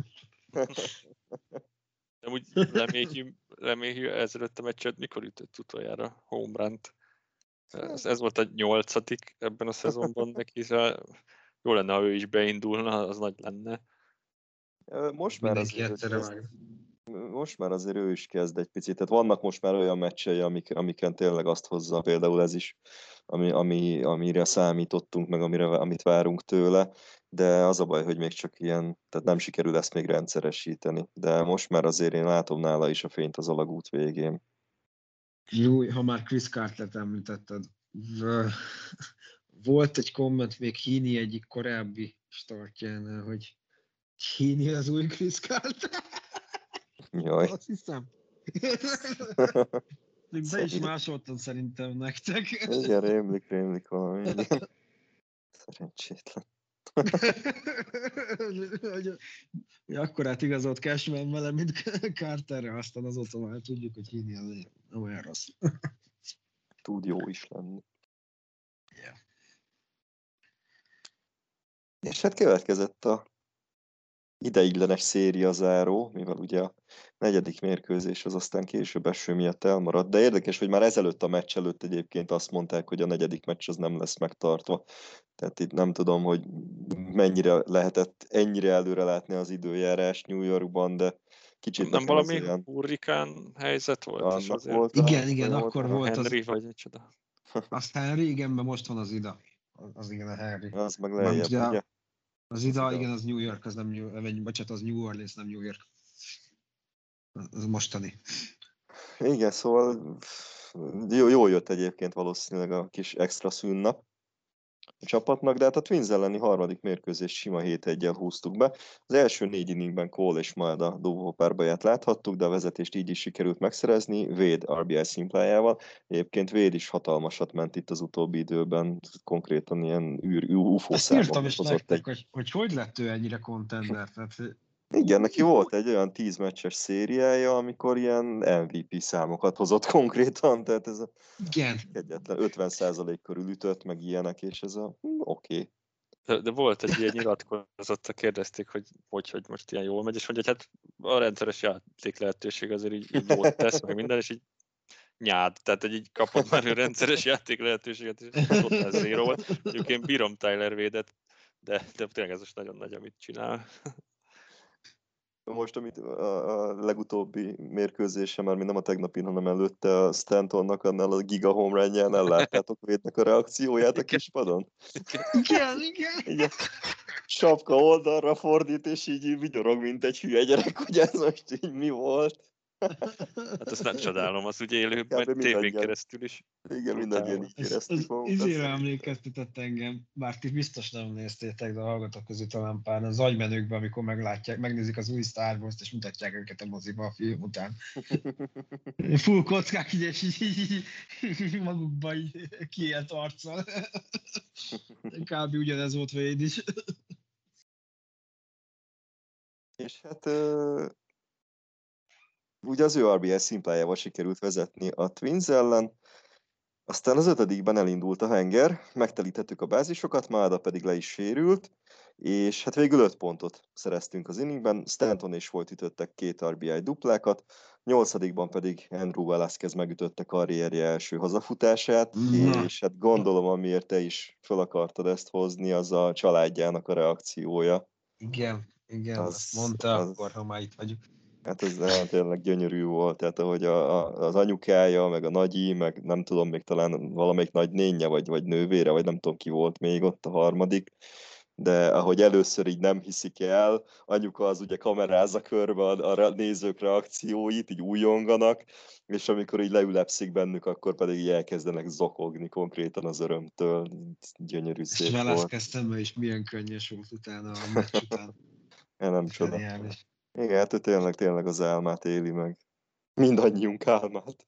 De úgy LeMahieu ezelőtt a meccset mikor ütött utoljára home runt? Ez, ez volt a nyolcadik ebben a szezonban neki, jó lenne, ha ő is beindulna, az nagy lenne. Most már, Mindenki azért, egyszerre kezd, vág. most már azért ő is kezd egy picit. Tehát vannak most már olyan meccsei, amik, amiken tényleg azt hozza, például ez is, ami, ami, amire számítottunk, meg amire, amit várunk tőle, de az a baj, hogy még csak ilyen, tehát nem sikerül ezt még rendszeresíteni. De most már azért én látom nála is a fényt az alagút végén. Jó, ha már Chris Cartert említetted, volt egy komment még Heaney egyik korábbi startjánál, hogy Heaney az új Chris Carter. Jaj. Azt hiszem. Be is másoltam szerintem nektek. Igen, rémlik, rémlik valami. Igen. Szerencsétlen. Ja, akkor hát igazolt Cashman vele, mint Carterre, aztán azóta már tudjuk, hogy Heaney az nem olyan rossz. Tud jó is lenni. Yeah. És hát következett a ideiglenes széria záró, mivel ugye a negyedik mérkőzés az aztán később eső miatt elmaradt, de érdekes, hogy már ezelőtt a meccs előtt egyébként azt mondták, hogy a negyedik meccs az nem lesz megtartva. Tehát itt nem tudom, hogy mennyire lehetett ennyire előre látni az időjárás New Yorkban, de kicsit Nem nekem az valami olyan... hurrikán helyzet volt? És Annak azért volt Igen, a- igen, volt akkor a- volt Henry az... vagy egy csoda. Aztán régenben most van az ida. Az igen, a Harry. Az meg Mármint lejjebb, ugye ugye? Az ida, ida. igen, az New York, az nem New, vagy bocsánat, az New Orleans, nem New York. Az mostani. Igen, szóval jó, jó jött egyébként valószínűleg a kis extra szűnnap a csapatnak, de hát a Twins elleni harmadik mérkőzés sima hét egyel húztuk be. Az első négy inningben Cole és Maeda dobó párbaját láthattuk, de a vezetést így is sikerült megszerezni Wade er bé i szimplájával. Egyébként Wade is hatalmasat ment itt az utóbbi időben, konkrétan ilyen űr, u f o Ezt írtam számokat is hozott nektek, egy... hogy, hogy hogy lett ő ennyire contender. Tehát, Igen, neki volt egy olyan tíz meccses szériája, amikor ilyen em vé pé számokat hozott konkrétan, tehát ez a igen. egyetlen ötven százalék körül ütött, meg ilyenek, és ez a hm, oké. Okay. De, de volt egy ilyen nyilatkozata, kérdezték, hogy, hogy hogy most ilyen jól megy, és hogy hát a rendszeres játék lehetőség azért így, így jót tesz, meg minden, és így nyád, tehát hogy így kapott már ő rendszeres játék lehetőséget, és ott ez zero volt. Mondjuk én bírom Tyler Wade-et, de, de tényleg ez most nagyon nagy, amit csinál. Most, amit a, a legutóbbi mérkőzése, már nem a tegnapin, hanem előtte a Stantonnak annál a giga home run-jánál láttátok Wade-nek a reakcióját a kispadon? Igen, igen. Igen. Sapka oldalra fordít, és így vigyorog, mint egy hülye gyerek, hogy ez most így mi volt. Hát ezt nem csodálom, az ugye élő, Kb. majd tévén mindannyian. keresztül is. Igen, mindannyian így Ez, éreztük ez magunkat. izére emlékeztetett engem, bár ti biztos nem néztétek, de a hallgatók közül talán pár az agymenőkben, amikor meglátják, megnézik az új Star Wars-t, és mutatják őket a moziba a film után. Full kockák, így, és így, így, így magukba így kiélt arccal. Kb. Ugyanez volt Wade is. És hát uh, ugye az ő er bé i szimplájával sikerült vezetni a Twins ellen, aztán az ötödikben elindult a henger, megtelítettük a bázisokat, Maeda pedig le is sérült, és hát végül öt pontot szereztünk az inningben, Stanton és Voit ütöttek két er bé i duplákat, nyolcadikban pedig Andrew Velázquez megütötte karrierje első hazafutását, Na. és hát gondolom, amiért te is fel akartad ezt hozni, az a családjának a reakciója. Igen, igen, Az- azt mondta az- akkor, ha már itt vagyunk. Hát ez nagyon tényleg gyönyörű volt, tehát ahogy a, a, az anyukája, meg a nagyi, meg nem tudom, még talán valamelyik nagynénye, vagy, vagy nővére, vagy nem tudom ki volt még ott a harmadik, de ahogy először így nem hiszik el, anyuka az ugye kamerázza körbe a, a nézők reakcióit, így újonganak, és amikor így leülepszik bennük, akkor pedig így elkezdenek zokogni konkrétan az örömtől. Gyönyörű És szép volt. Velázquez szembe is milyen könnyes volt utána a meccs után. Ja, nem csoda. Zseniális. Igen, hát ő tényleg, tényleg az álmát éli meg. Mindannyiunk álmát.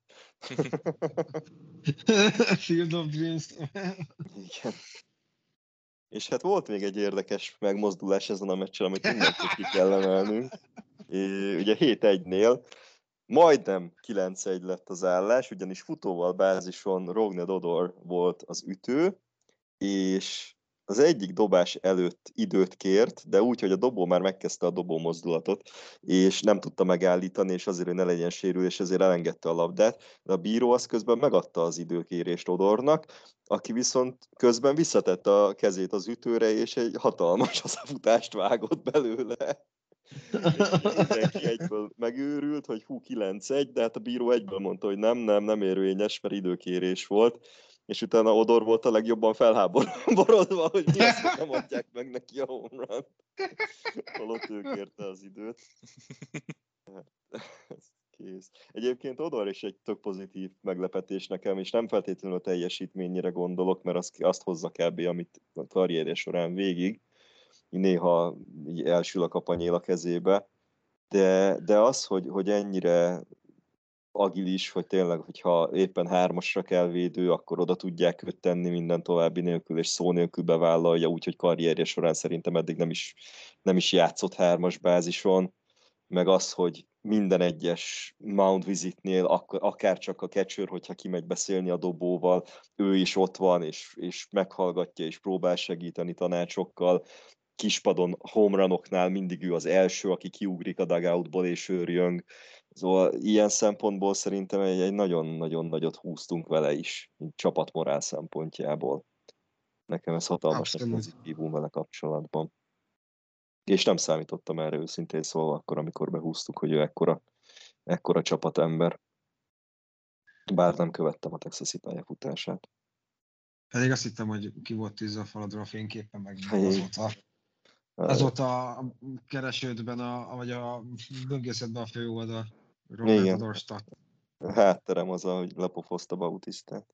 Field of Dreams. Igen. És hát volt még egy érdekes megmozdulás ezen a meccsen, amit mindenképp ki kell emelnünk. É, ugye hét egynél majdnem kilenc egy lett az állás, ugyanis futóval bázison Rougned Odor volt az ütő, és az egyik dobás előtt időt kért, de úgy, hogy a dobó már megkezdte a dobó mozdulatot, és nem tudta megállítani, és azért, hogy ne legyen sérülés, ezért elengedte a labdát, de a bíró az közben megadta az időkérést Odornak, aki viszont közben visszatette a kezét az ütőre, és egy hatalmas hazafutást vágott belőle. Mindenki egyből megőrült, hogy hú, kilenc egy, de hát a bíró egyből mondta, hogy nem, nem, nem érvényes, mert időkérés volt, és utána Odor volt a legjobban felháborodva, hogy mi azt, hogy nem adják meg neki a home run-t. Holott ő kérte az időt. Kész. Egyébként Odor is egy tök pozitív meglepetés nekem, és nem feltétlenül a teljesítményére gondolok, mert azt, azt hozza kb. Amit a karrierje során végig. Néha így elsül a kapanyél a kezébe, de, de az, hogy, hogy ennyire agilis, hogy tényleg, hogyha éppen hármasra kell védő, akkor oda tudják őt tenni minden további nélkül, és szó nélkül bevállalja, úgyhogy karrierje során szerintem eddig nem is, nem is játszott hármas bázison, meg az, hogy minden egyes Mount Visitnél, ak- akár csak a catcher, hogyha kimegy beszélni a dobóval, ő is ott van, és, és meghallgatja, és próbál segíteni tanácsokkal. Kispadon home runoknál mindig ő az első, aki kiugrik a dugoutból és őrjöng. Szóval ilyen szempontból szerintem egy, egy nagyon-nagyon nagyot húztunk vele is, csapatmorál szempontjából. Nekem ez hatalmas nagy pozitívum vele kapcsolatban. És nem számítottam erre őszintén szólva akkor, amikor behúztuk, hogy ő ekkora, ekkora csapatember. Bár nem követtem a texasi pályafutását. Pedig azt hittem, hogy ki volt tűzve a faladra a fényképpen, meg azóta, azóta a keresődben, a, vagy a böngészetben a főoldal Robert Adorstat. Hátterem az, ahogy lepofozta Bautistát.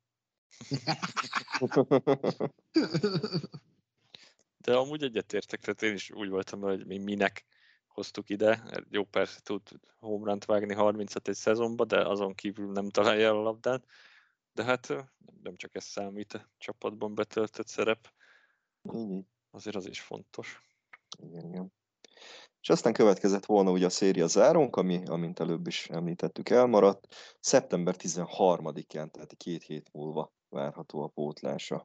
De amúgy egyetértek, tehát én is úgy voltam, hogy mi minek hoztuk ide. Jó, persze tud home runt vágni harmincat egy szezonba, de azon kívül nem találja el a labdát. De hát nem csak ez számít a csapatban betöltött szerep. Igen. Azért az is fontos. Igen, igen. És aztán következett volna ugye a széria zárónk, ami, amint előbb is említettük, elmaradt. szeptember tizenharmadikán, tehát két hét múlva várható a pótlása.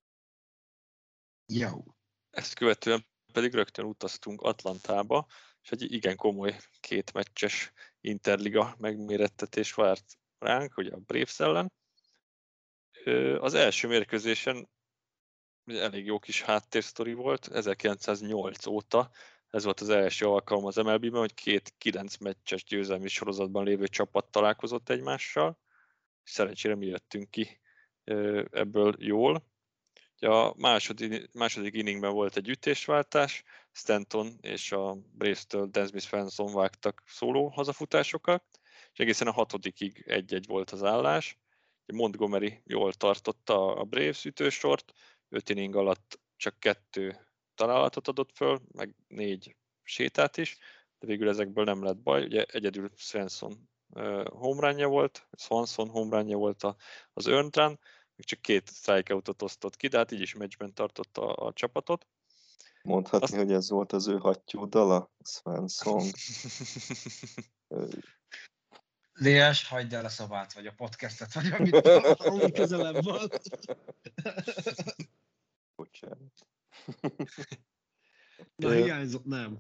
Jó. Ezt követően pedig rögtön utaztunk Atlantába, és egy igen komoly két meccses interliga megmérettetés várt ránk, ugye a Braves ellen. Az első mérkőzésen elég jó kis háttérsztori volt, ezerkilencszáznyolc óta. Ez volt az első alkalom az em el bé-ben, hogy két kilenc meccses győzelmi sorozatban lévő csapat találkozott egymással. Szerencsére mi jöttünk ki ebből jól. A második, második inningben volt egy ütésváltás, Stanton és a Braves-től Dansby Swanson vágtak szóló hazafutásokat, és egészen a hatodikig egy-egy volt az állás. Montgomery jól tartotta a Braves ütősort, öt inning alatt csak kettő találatot adott föl, meg négy sétát is, de végül ezekből nem lett baj. Ugye egyedül Swanson uh, home runja volt, Swanson home runja volt a, az earned run, még csak két strikeoutot osztott ki, de hát így is meccsben tartotta a, a csapatot. Mondhatni, Azt... hogy ez volt az ő hattyú dala, Swanson. Léás, hagyd el a szobát, vagy a podcastet, vagy amit a közelebb van. Bocsánat. Na, hiányzott, nem.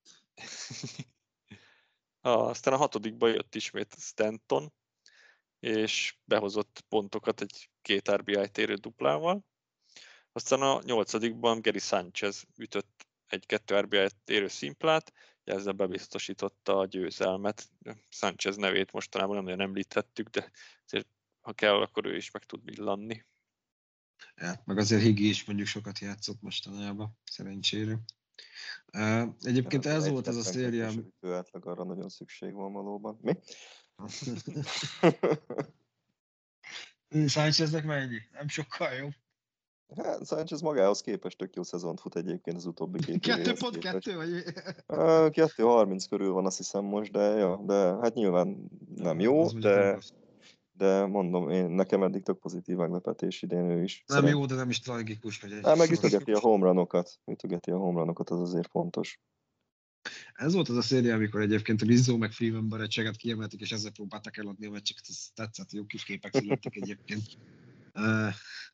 Aztán a hatodikban jött ismét Stanton, és behozott pontokat egy két er bé i-t érő duplával. Aztán a nyolcadikban Gary Sanchez ütött egy kettő er bé i-t érő szimplát, ezzel bebiztosította a győzelmet. Sanchez nevét mostanában nem nagyon említhettük, de azért, ha kell, akkor ő is meg tud villanni. Hát, meg azért Higgy is mondjuk sokat játszott mostanában, szerencsére. Uh, egyébként ez volt az a széria... Ő átlag arra nagyon szükség van valóban. Mi? Sancheznek mennyi? Nem sokkal jó. Hát Sanchez magához képest tök jó szezont fut egyébként az utóbbi két kettő pont kettő vagy? kettő harminc körül van, azt hiszem most, de, ja, de hát nyilván nem jó, de, de mondom, én, nekem eddig tök pozitív meglepetés idén ő is. Nem Szerint... jó, de nem is tragikus. Vagy egy... Hát meg ütögeti a home runokat, ütögeti a home runokat, az azért fontos. Ez volt az a széria, amikor egyébként a Rizzo meg Freeman barátságát kiemelték, és ezzel próbáltak eladni a meccseket, ez tetszett, jó kis képek születtek egyébként. Uh,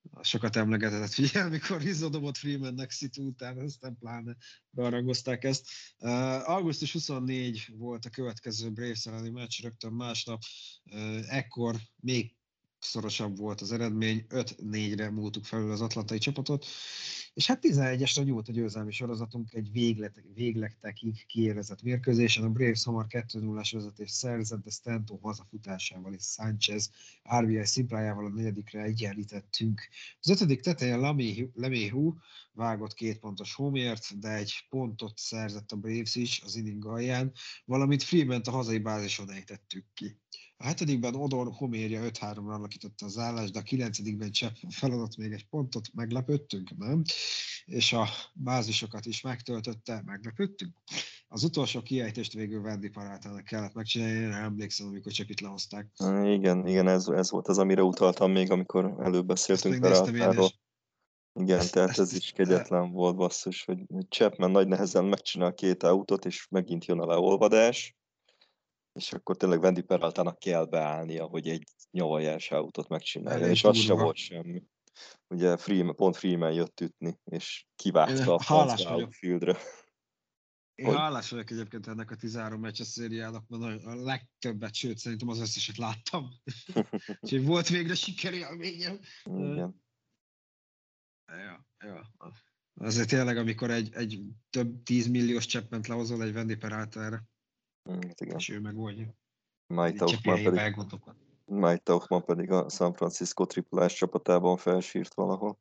a sokat emlegetett figyel, mikor Rizzo dobott Freemannek szitu után, aztán pláne bearangozták ezt. Uh, augusztus huszonnégy volt a következő Braves elleni meccs, rögtön másnap, uh, ekkor még szorosabb volt az eredmény, öt négyre múltuk felül az atlantai csapatot, és hát tizenegyesre nyúlt a győzelmi sorozatunk egy véglet, végletekig kiélezett mérkőzésen. A Braves hamar kettő nullás vezetést szerzett, de Stanton hazafutásával és Sánchez er bé i szimplájával a negyedikre egyenlítettünk. Az ötödik tetején LeMahieu vágott két pontos homért, de egy pontot szerzett a Braves is az inning alján, valamint Freeman-t a hazai bázison ejtettük ki. A hetedikben Odor homérja öt háromra alakította az állást, de a kilencedikben Csepp feladott még egy pontot, meglepődtünk, nem? És a bázisokat is megtöltötte, meglepődtünk. Az utolsó kiejtést végül Wendy Peraltának kellett megcsinálni, én emlékszem, amikor Cseppit lehozták. Igen, igen, ez, ez volt az, amire utaltam még, amikor előbb beszéltünk Peraltáról. Igen, tehát ezt, ez is kegyetlen ezt, volt, basszus, hogy Chapman nagy nehezen megcsinál két autót, és megint jön a leolvadás, és akkor tényleg Wendy Peraltának kell beállnia, hogy egy nyavajás autót megcsinálja, és az se volt semmi. Ugye Freeman, pont Freeman jött ütni, és kivágta a francba outfieldre. Én hogy... hálás vagyok egyébként ennek a tizenhárom meccses szériának, mert a legtöbbet, sőt szerintem az összeset láttam. Úgyhogy volt végre sikerélményem. Igen. Ja, ja. Azért tényleg, amikor egy, egy több tízmilliós Chapman-t lehozol egy Wendy Peraltára, igen. És ő megoldja. Mike Tauchman pedig, Mike Tauchman pedig a San Francisco triplás csapatában felsírt valahol.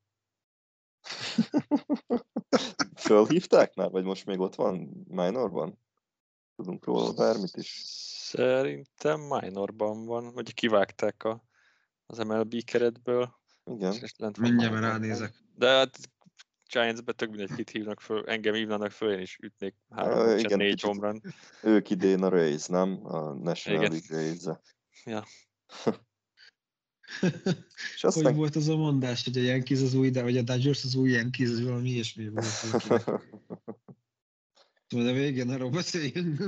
Fölhívták már, vagy most még ott van minorban? Tudunk róla bármit is? Szerintem minorban van, vagy kivágták a, az em el bé keretből. Igen. Mindjárt ránézek. De hát Giants-be tök mindegy, kit hívnak föl, engem hívnának föl, én is ütnék három uh, igen, négy homrun. Ők idén a Rays, nem? A National igen. League Rays-e. Ja. És aztán... Hogy volt az a mondás, hogy a Yankees az új, de vagy a Dodgers az új Yankees, az valami ilyesmi volt. De a végén arról beszéljünk.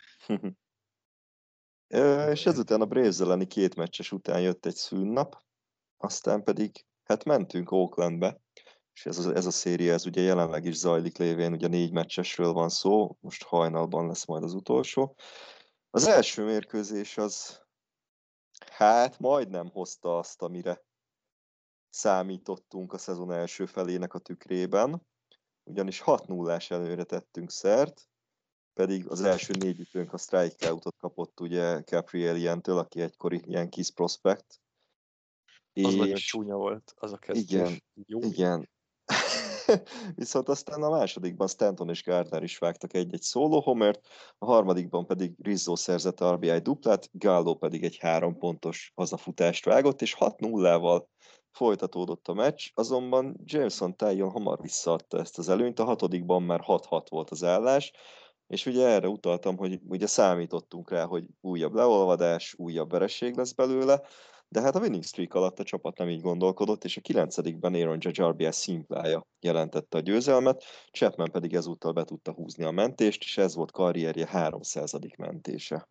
És ezután a Braves elleni két meccses után jött egy szünnap, aztán pedig hát mentünk Oaklandbe, és ez a, ez a széria, ez ugye jelenleg is zajlik lévén, ugye négy meccsesről van szó, most hajnalban lesz majd az utolsó. Az első mérkőzés az hát majdnem hozta azt, amire számítottunk a szezon első felének a tükrében, ugyanis hat nullás előre tettünk szert, pedig az első négy ütőnk a strikeoutot kapott ugye Caprielientől, aki egykori Yankees prospect. Az és... nagyon csúnya volt, az a kezdés. Igen, Jó. igen. Viszont aztán a másodikban Stanton és Gardner is vágtak egy-egy szóló homert, a harmadikban pedig Rizzo szerzett er bé i duplát, Gallo pedig egy három pontos hazafutást vágott, és hat nullával folytatódott a meccs, azonban Jameson Taillon hamar visszaadta ezt az előnyt, a hatodikban már hat hat volt az állás, és ugye erre utaltam, hogy ugye számítottunk rá, hogy újabb leolvadás, újabb vereség lesz belőle, de hát a winning streak alatt a csapat nem így gondolkodott, és a kilencedikben Aaron Judge er bé i szimplája jelentette a győzelmet, Chapman pedig ezúttal be tudta húzni a mentést, és ez volt karrierje háromszázadik mentése.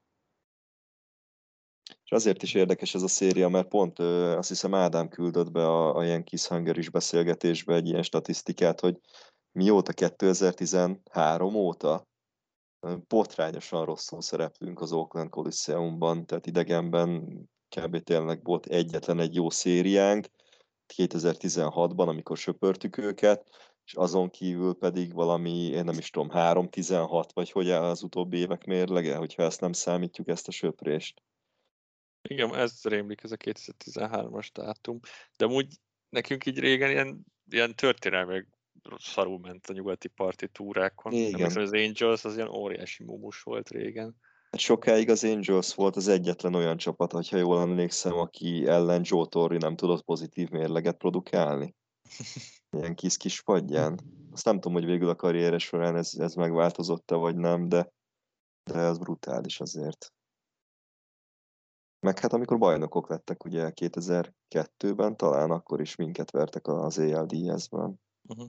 És azért is érdekes ez a széria, mert pont ö, azt hiszem Ádám küldött be a, a Yankees Hungary's beszélgetésbe egy ilyen statisztikát, hogy mióta kétezer-tizenhárom óta botrányosan rosszul szereplünk az Oakland Coliseumban, tehát idegenben kb. Tényleg volt egyetlen egy jó szériánk kétezer-tizenhatban, amikor söpörtük őket, és azon kívül pedig valami, én nem is tudom, három tizenhat, vagy hogy áll az utóbbi évek mérlege, hogyha ezt nem számítjuk, ezt a söprést. Igen, ez rémlik, ez a kétezer-tizenhármas dátum, de amúgy nekünk így régen ilyen, ilyen történelmek szarul ment a nyugati parti túrákon. Igen. Az Angels az ilyen óriási mumus volt régen. Hát sokáig az Angels volt az egyetlen olyan csapat, hogyha jól emlékszem, aki ellen Joe Torre nem tudott pozitív mérleget produkálni. Ilyen kis kis padján. Azt nem tudom, hogy végül a karriere során ez, ez megváltozott-e vagy nem, de, de ez brutális azért. Meg hát amikor bajnokok lettek ugye kétezer-kettőben, talán akkor is minket vertek az á el dé es-ben. Uh-huh.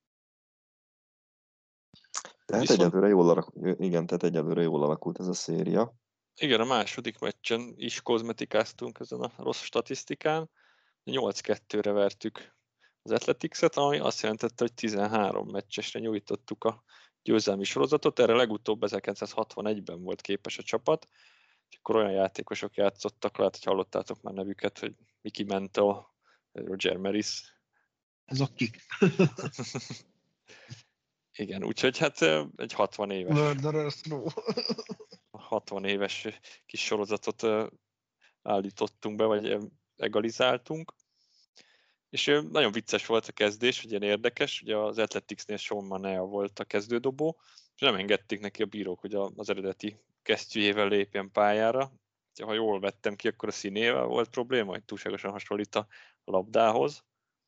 Tehát Viszont... egyelőre jól alakult, igen, tehát egyelőre jól alakult ez a széria. Igen, a második meccsen is kozmetikáztunk ezen a rossz statisztikán. nyolc kettőre vertük az Athletics-et, ami azt jelentette, hogy tizenhárom meccsesre nyújtottuk a győzelmi sorozatot. Erre legutóbb ezerkilencszázhatvanegyben volt képes a csapat, és akkor olyan játékosok játszottak, lehet, hogy hallottátok már nevüket, hogy Mickey Mantle, Roger Maris. Azok kik? Igen, úgyhogy hát egy hatvan éves, Murderers Row. hatvan éves kis sorozatot állítottunk be, vagy egalizáltunk. És nagyon vicces volt a kezdés, ugye érdekes, ugye az Athleticsnél Sean Manea volt a kezdődobó, és nem engedték neki a bírók, hogy az eredeti kesztyűjével lépjen pályára. Ha jól vettem ki, akkor a színével volt probléma, hogy túlságosan hasonlít a labdához.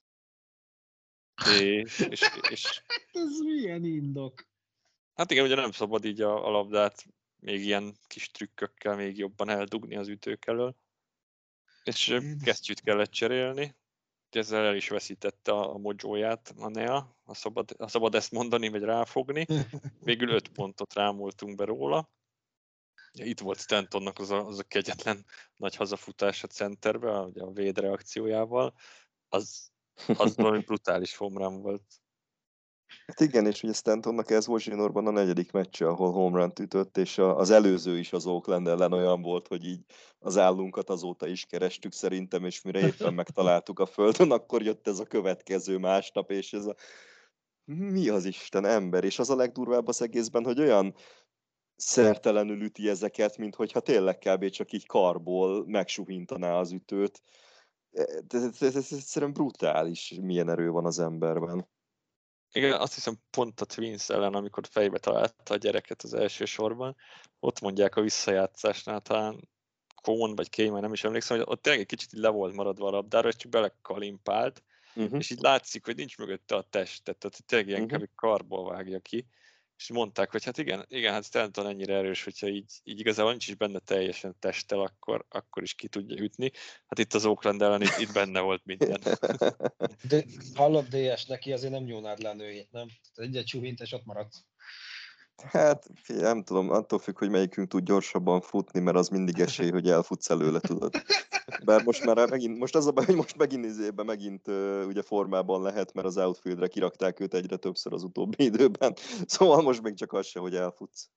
És, és, és, Ez milyen indok? hát igen, ugye nem szabad így a, a labdát még ilyen kis trükkökkel még jobban eldugni az ütők elől. És kesztyűt kellett cserélni. Ezzel el is veszítette a mojóját Manea, ha szabad, ha szabad ezt mondani, vagy ráfogni. Végül öt pontot rámoltunk be róla. Ja, itt volt Stantonnak az a, az a kegyetlen nagy hazafutás a centerbe, a, a véd reakciójával. Az, az valami brutális homerun volt. Hát igen, és ugye Stantonnak ez volt zsinórban a negyedik meccse, ahol home run ütött, és az előző is az Oakland ellen olyan volt, hogy így az állunkat azóta is kerestük szerintem, és mire éppen megtaláltuk a földön, akkor jött ez a következő másnap, és ez a mi az Isten ember, és az a legdurvább az egészben, hogy olyan szertelenül üti ezeket, mint hogyha tényleg kb. Csak így karból megsuhintaná az ütőt. Ez egyszerűen brutális, milyen erő van az emberben. Igen, azt hiszem pont a Twins ellen, amikor fejbe találta a gyereket az első sorban, ott mondják a visszajátszásnál, talán Cohn vagy Kay, már nem is emlékszem, hogy ott tényleg egy kicsit le volt maradva a labdára, és csak belekalimpált, uh-huh. és így látszik, hogy nincs mögötte a testet, tehát tényleg ilyen uh-huh. kb. Karból vágja ki, és mondták, hogy hát igen, igen hát Stanton ennyire erős, hogyha így, így igazából nincs is benne teljesen testtel, akkor, akkor is ki tudja ütni. Hát itt az Oakland ellen itt, itt benne volt minden. De hallod dé es, neki azért nem nyúlnád le a nőjét, nem? Egy-egy csúhint, és ott maradsz. Hát, nem tudom, attól függ, hogy melyikünk tud gyorsabban futni, mert az mindig esély, hogy elfutsz előle, tudod. Bár most már megint, most az a baj, hogy most megint izében, megint uh, ugye formában lehet, mert az outfieldre kirakták őt egyre többször az utóbbi időben. Szóval most még csak az se, hogy elfutsz.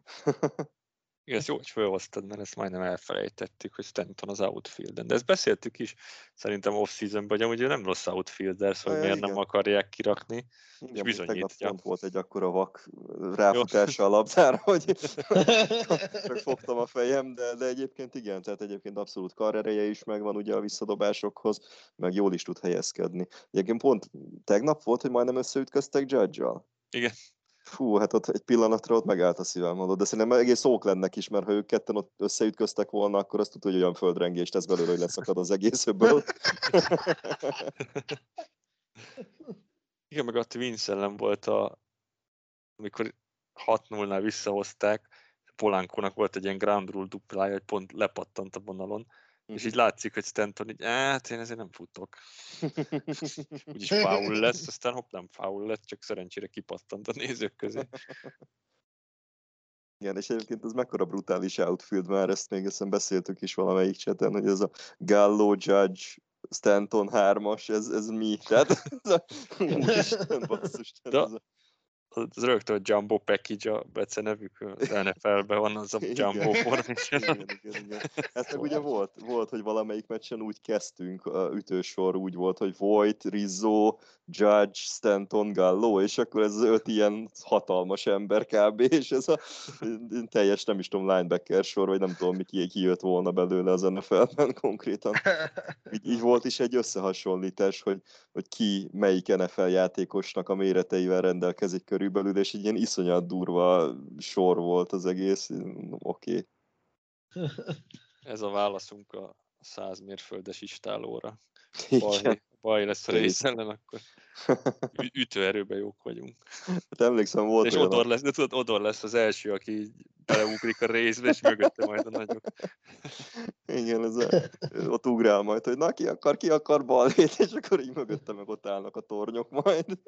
Igen, ezt jó, hogy felhoztad, mert ezt majdnem elfelejtettük, hogy Stanton az outfielden. De ezt beszéltük is szerintem off-seasonban, hogy amúgy ő nem rossz outfielder, szóval miért nem akarják kirakni, igen, és bizonyítja. Pont volt egy akkora vak ráfutása a labdára, hogy csak fogtam a fejem, de, de egyébként igen, tehát egyébként abszolút karereje is megvan ugye a visszadobásokhoz, meg jól is tud helyezkedni. Egyébként pont tegnap volt, hogy majdnem összeütköztek Judge-al. Igen. Fú, hát ott egy pillanatra ott megállt a szívem oda, de szerintem egész Oaklandnek is, mert ha ők ketten ott összeütköztek volna, akkor azt tudod, hogy olyan földrengést tesz belőle, hogy leszakad az egész öbből. Igen, meg a Twins ellen volt, a, amikor hat nullnál visszahozták, Polánkónak volt egy ilyen ground rule duplája, hogy pont lepattant a vonalon, mm. és így látszik, hogy Stanton így, hát én ezért nem futok. Úgyis foul lesz, aztán hopp, nem foul lett, csak szerencsére kipattant a nézők közé. Igen, és egyébként ez mekkora brutális outfield, már ezt még eszem beszéltük is valamelyik cseten, hogy ez a Gallo, Judge, Stanton hármas, ez, ez mi? Tehát ez a... Úristen, basszus, ez a... Az rögtön a Jumbo Package a Bece nevük, az en ef el-ben van az a Jumbo formation. Igen, igen, igen. Hát meg ugye volt, volt, hogy valamelyik meccsen úgy kezdtünk, a ütősor úgy volt, hogy Voit, Rizzo, Judge, Stanton, Gallo, és akkor ez öt ilyen hatalmas ember kb. És ez a teljes, nem is tudom, linebacker sor, vagy nem tudom, mi ki, ki jött volna belőle az en ef el-ben konkrétan. Így, így volt is egy összehasonlítás, hogy, hogy ki melyik en ef el játékosnak a méreteivel rendelkezik körülbelül, és egy ilyen iszonyat durva sor volt az egész. Oké. Okay. Ez a válaszunk a száz mérföldes istálóra. Baj, baj lesz a rész ellen, akkor ütőerőben jók vagyunk. Hát emlékszem, volt és Odor lesz, de tudod, Odor lesz az első, aki beleugrik a részbe, és mögötte majd a nagyok. Igen, ez a, ott ugrál majd, hogy na, ki akar, ki akar balhét, és akkor így mögötte meg ott állnak a tornyok majd.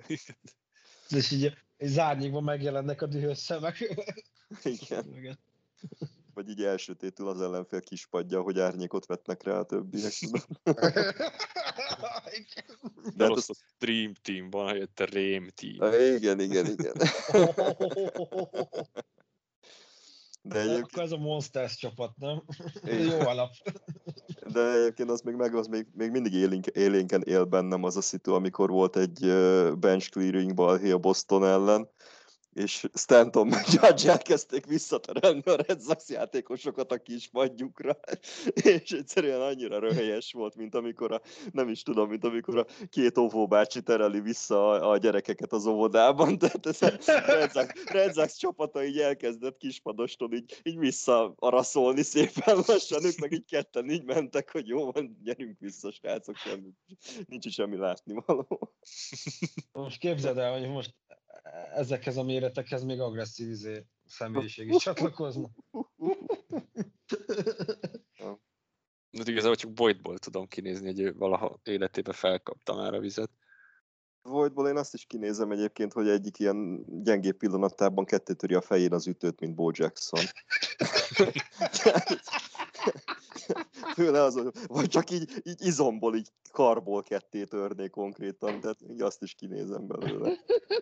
És így egy zárnyékban megjelennek a dühös szemek. Igen. vagy így elsötétül az ellenfél kispadja, hogy árnyékot vetnek rá a többiek. De hát az... a Dream Team van, helyett a Rém Team. Igen, igen, igen. De egyébként... Akkor ez a Monsters csapat, nem? Jó alap. De egyébként az még, meg, az még, még mindig élénk, élénken él bennem az a szitu, amikor volt egy bench clearing balhé a Boston ellen, és Stanton meg Judge elkezdték visszaterelni a Red Sox játékosokat a kis padjukra, és egyszerűen annyira röhelyes volt, mint amikor a, nem is tudom, mint amikor a két óvóbácsi tereli vissza a, a gyerekeket az óvodában, tehát ez a Red Sox, Red Sox csapata így elkezdett kispadoston így, így vissza araszolni szépen lassan, ők meg így ketten így mentek, hogy jó van, gyerünk vissza, srácok, semmi, nincs is semmi látnivaló. Most képzeld el, hogy most ezekhez a méretekhez még agresszív izé, személyiség is csatlakozna. De igazából csak Voigtból tudom kinézni, hogy ő valaha életében felkapta már a vizet. Voigtból én azt is kinézem egyébként, hogy egyik ilyen gyengébb pillanatában ketté töri a fején az ütőt, mint Bo Jackson. Tőle az, vagy csak így, így izomból, így karból ketté törné konkrétan, tehát így azt is kinézem belőle.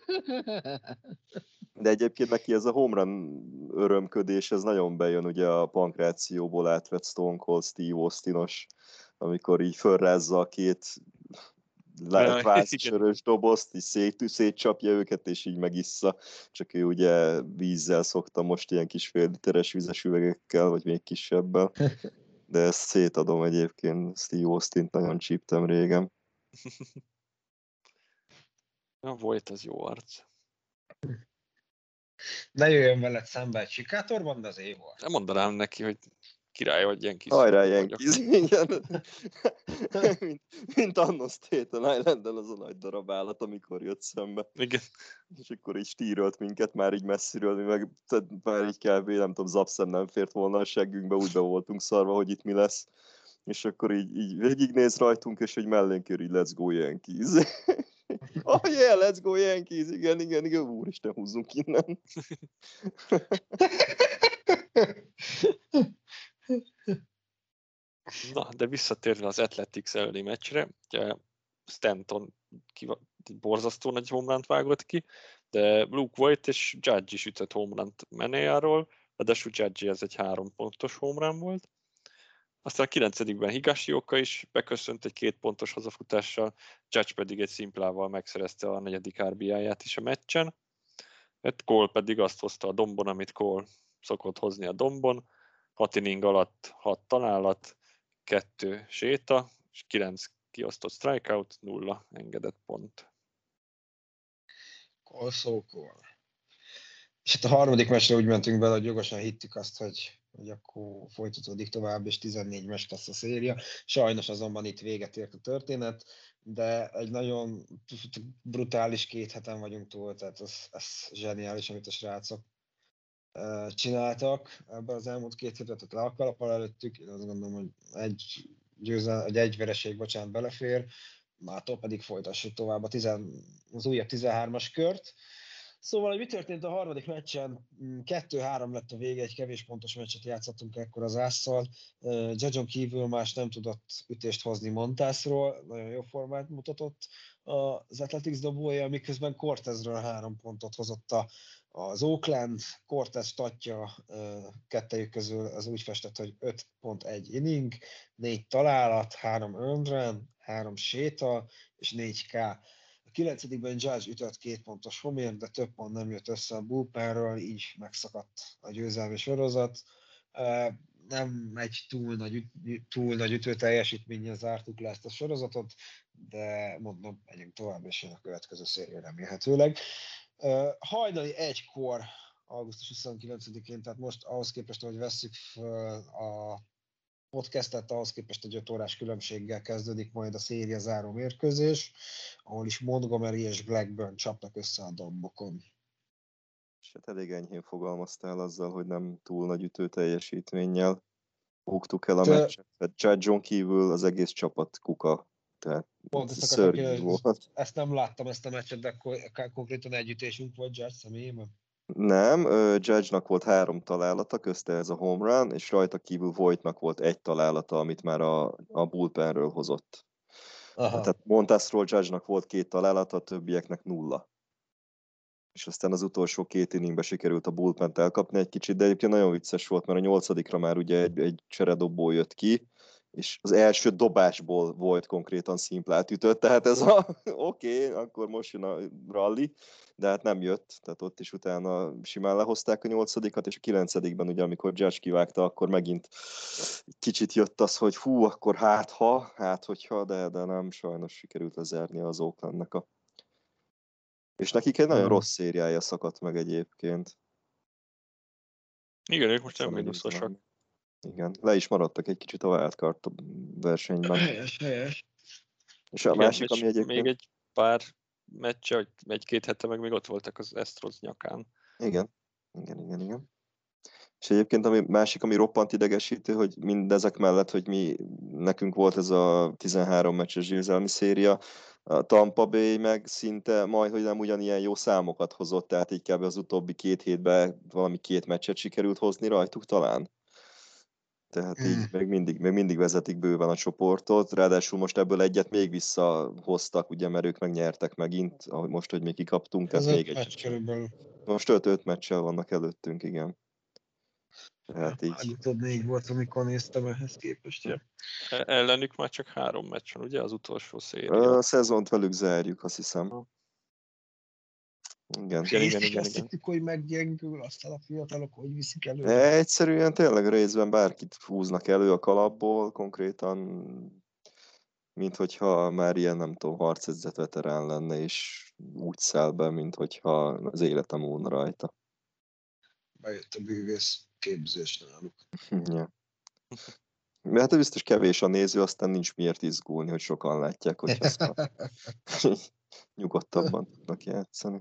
De egyébként neki ez a home run örömködés, ez nagyon bejön ugye a pankrációból átvett Stone Cold Steve Austinos, amikor így fölrázza a két kvázisörös dobozt, így szét, szétcsapja őket, és így megissza. Csak ő ugye vízzel szokta most ilyen kis fél literes vizes üvegekkel, vagy még kisebbel. De ezt szétadom egyébként, Steve Austint nagyon csíptem régen. Na, volt az jó arc. Ne jöjjön veled szembe egy sikátorban, de az év volt. Nem mondanám neki, hogy király vagy Yankees. Hajrá, Yankees, igen. mint, mint anno Staten Islanden az a nagy darab állat, amikor jött szembe. Igen. És akkor így stírölt minket már így messziről, mi meg már így kb. Nem tudom, zapszem nem fért volna a seggünkbe, úgy be voltunk szarva, hogy itt mi lesz. És akkor így, így végignéz rajtunk, és hogy mellénk jön így let's go Yankees. Oh yeah, let's go Yankees, igen, igen, igen, úristen, húzzunk innen. Na, de visszatérve az Athletics elleni meccsre, ugye Stanton kiva, borzasztó nagy homerunt vágott ki, de Luke Voigt és Judge is ütött homerunt Menéjáról, de Judge ez egy három pontos homerun volt. Aztán a kilencedikben Higashioka is beköszönt egy két pontos hazafutással, Judge pedig egy szimplával megszerezte a negyedik er bé í-ját is a meccsen. Hát Cole pedig azt hozta a dombon, amit Cole szokott hozni a dombon, hat inning alatt hat találat, kettő séta, és kilenc kiosztott strikeout, nulla engedett pont. Cole, so Cole. És hát a harmadik meccsre úgy mentünk bele, hogy jogosan hittük azt, hogy, hogy akkor folytatódik tovább, és tizennégy meccs lesz a széria. Sajnos azonban itt véget ért a történet, de egy nagyon brutális két heten vagyunk túl, tehát ez, ez zseniális, amit a srácok csináltak ebben az elmúlt két hétet, tehát le a kalappal előttük, én azt gondolom, hogy egy, győzel, egy, egy vereség, bocsánat, belefér, mától pedig folytassuk tovább a tizen, az újabb tizenhármas kört. Szóval, hogy mi történt a harmadik meccsen? kettő-három lett a vége, egy kevés pontos meccset játszottunk ekkor az ásszal. Judge-on kívül más nem tudott ütést hozni Montasról, nagyon jó formát mutatott az Athletics dobója, miközben Cortezről három pontot hozott az Oakland. Cortez statja kettejük közül az úgy festett, hogy öt pont egy inning, négy találat, három earned run, három séta és négy ká. A kilencedikben Judge ütött két pontos homért, de több pont nem jött össze a bullpenről, így megszakadt a győzelmi sorozat. Nem egy túl nagy, túl nagy ütő teljesítménnyel zártuk le ezt a sorozatot, de mondom, megyünk tovább, és jön a következő széria remélhetőleg. Hajnali egykor, augusztus huszonkilencedikén, tehát most ahhoz képest, hogy vesszük a podcastet, ahhoz képest egy öt órás különbséggel kezdődik majd a széria záró mérkőzés, ahol is Montgomery és Blackburn csapnak össze a dombokon. És hát elég enyhén fogalmaztál azzal, hogy nem túl nagy ütő teljesítménnyel buktuk el a Te... meccset. Judge-on kívül az egész csapat kuka. Tehát pont ezt akartam, volt. Ezt nem láttam, ezt a meccset, de konkrétan egy ütésünk volt Judge személyében. Nem, Judge-nak volt három találata, közte ez a home run, és rajta kívül Voigtnak volt egy találata, amit már a, a bullpenről hozott. Aha. Tehát Montasról Judge-nak volt két találata, a többieknek nulla. És aztán az utolsó két inningben sikerült a bullpent elkapni egy kicsit, de egyébként nagyon vicces volt, mert a nyolcadikra már ugye egy, egy cseredobból jött ki, és az első dobásból volt konkrétan szimplát ütött, tehát ez a oké, okay, akkor most jön a rally, de hát nem jött, tehát ott is utána simán lehozták a nyolcadikat, és a kilencedikben ugye, amikor Judge kivágta, akkor megint kicsit jött az, hogy hú, akkor hát ha, hát hogyha, de, de nem, sajnos sikerült lezárni az Oaklandnek a... És nekik egy nagyon Hmm. rossz szériája szakadt meg egyébként. Igen, ők most nem Szóval mínuszosak. Igen, le is maradtak egy kicsit a wildcard versenyben. Helyes, helyes. És a Igen, másik, és ami egyébként... még egy pár meccse, vagy egy-két hete meg még ott voltak az Astros nyakán. Igen, igen, igen, igen. És egyébként ami másik, ami roppant idegesítő, hogy mindezek mellett, hogy mi, nekünk volt ez a tizenhárom meccses győzelmi széria, a Tampa Bay meg szinte majd, hogy nem ugyanilyen jó számokat hozott, tehát így kb. Az utóbbi két hétben valami két meccset sikerült hozni rajtuk talán. Tehát így Mm. még mindig, még mindig vezetik bőven a csoportot, ráadásul most ebből egyet még visszahoztak, ugye, mert ők megnyertek megint, ahogy most, hogy mi kikaptunk, Ez tehát még öt egy. meccs körülbelül. Most öt-öt meccsel vannak előttünk, igen. Tehát így. Legutóbb négy volt, amikor néztem ehhez képest. Ja. E- Ellenük már csak három meccs van, ugye? Az utolsó A széria. szezont velük zárjuk, azt hiszem. Ha. Igen. Igen, igen, És igen, azt igen. hittük, hogy meggyengül, aztán a fiatalok hogy viszik elő. De egyszerűen tényleg részben bárkit húznak elő a kalapból, konkrétan, mint hogyha már ilyen, nem tudom, harcedzett veterán lenne, és úgy száll be, mint hogyha az életem volna rajta. Bejött a bűvész képzés náluk. Ja. Mert hát biztos kevés a néző, aztán nincs miért izgulni, hogy sokan látják, hogy ezt nyugodtabban tudnak játszani.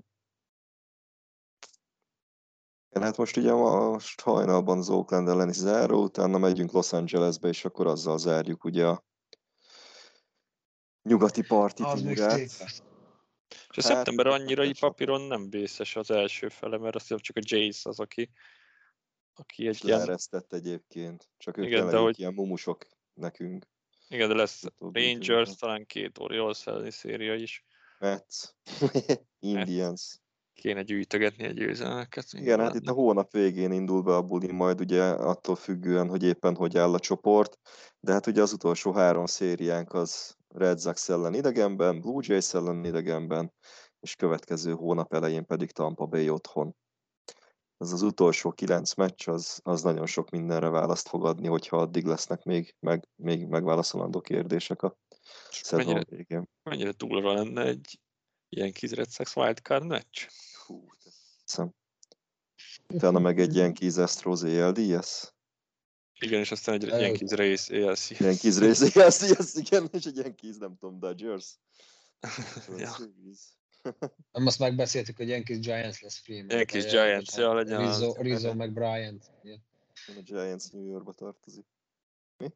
Hát most ugye most hajnalban az Oakland elleni záró, utána megyünk Los Angelesbe, és akkor azzal zárjuk ugye a nyugati parti Az még túrát. szép lesz. És a Hát, szeptember annyira így sok. papíron nem vészes az első fele, mert azt hiszem csak a Jace az, aki, aki egy És ilyen... leeresztett egyébként, csak ők Igen, tényleg de ők hogy- ilyen mumusok nekünk. Igen, de lesz Utóbbi Rangers, időben. talán két Orioles elleni széria is. Mets, Indians. Kéne gyűjtögetni egy győzelmeket. Igen, hát itt a hónap végén indul be a buli, majd ugye attól függően, hogy éppen hogy áll a csoport, de hát ugye az utolsó három szériánk az Red Sox ellen idegenben, Blue Jays ellen idegenben, és következő hónap elején pedig Tampa Bay otthon. Ez az utolsó kilenc meccs, az, az nagyon sok mindenre választ fog adni, hogyha addig lesznek még, meg, még megválaszolandó kérdések a szezon Mennyire, végén. mennyire túlra lenne egy ilyen Kis Red Sox wildcard meccs? Hú, hiszem. Utána meg egy ilyen Keys Astros á el dé es. Igen, és aztán egy El- ilyen Kis Race á el cé. Ilyen Keys Race á el dé es, igen, és egy ilyen Keys, nem tudom, Dodgers. Ja. Nem, azt megbeszéltük, hogy Yankees Giants lesz film. Yankees Giants, ja, legyen az. Rizzo, Rizzo meg Bryant. Ja. A Giants New Yorkba tartozik. Mi?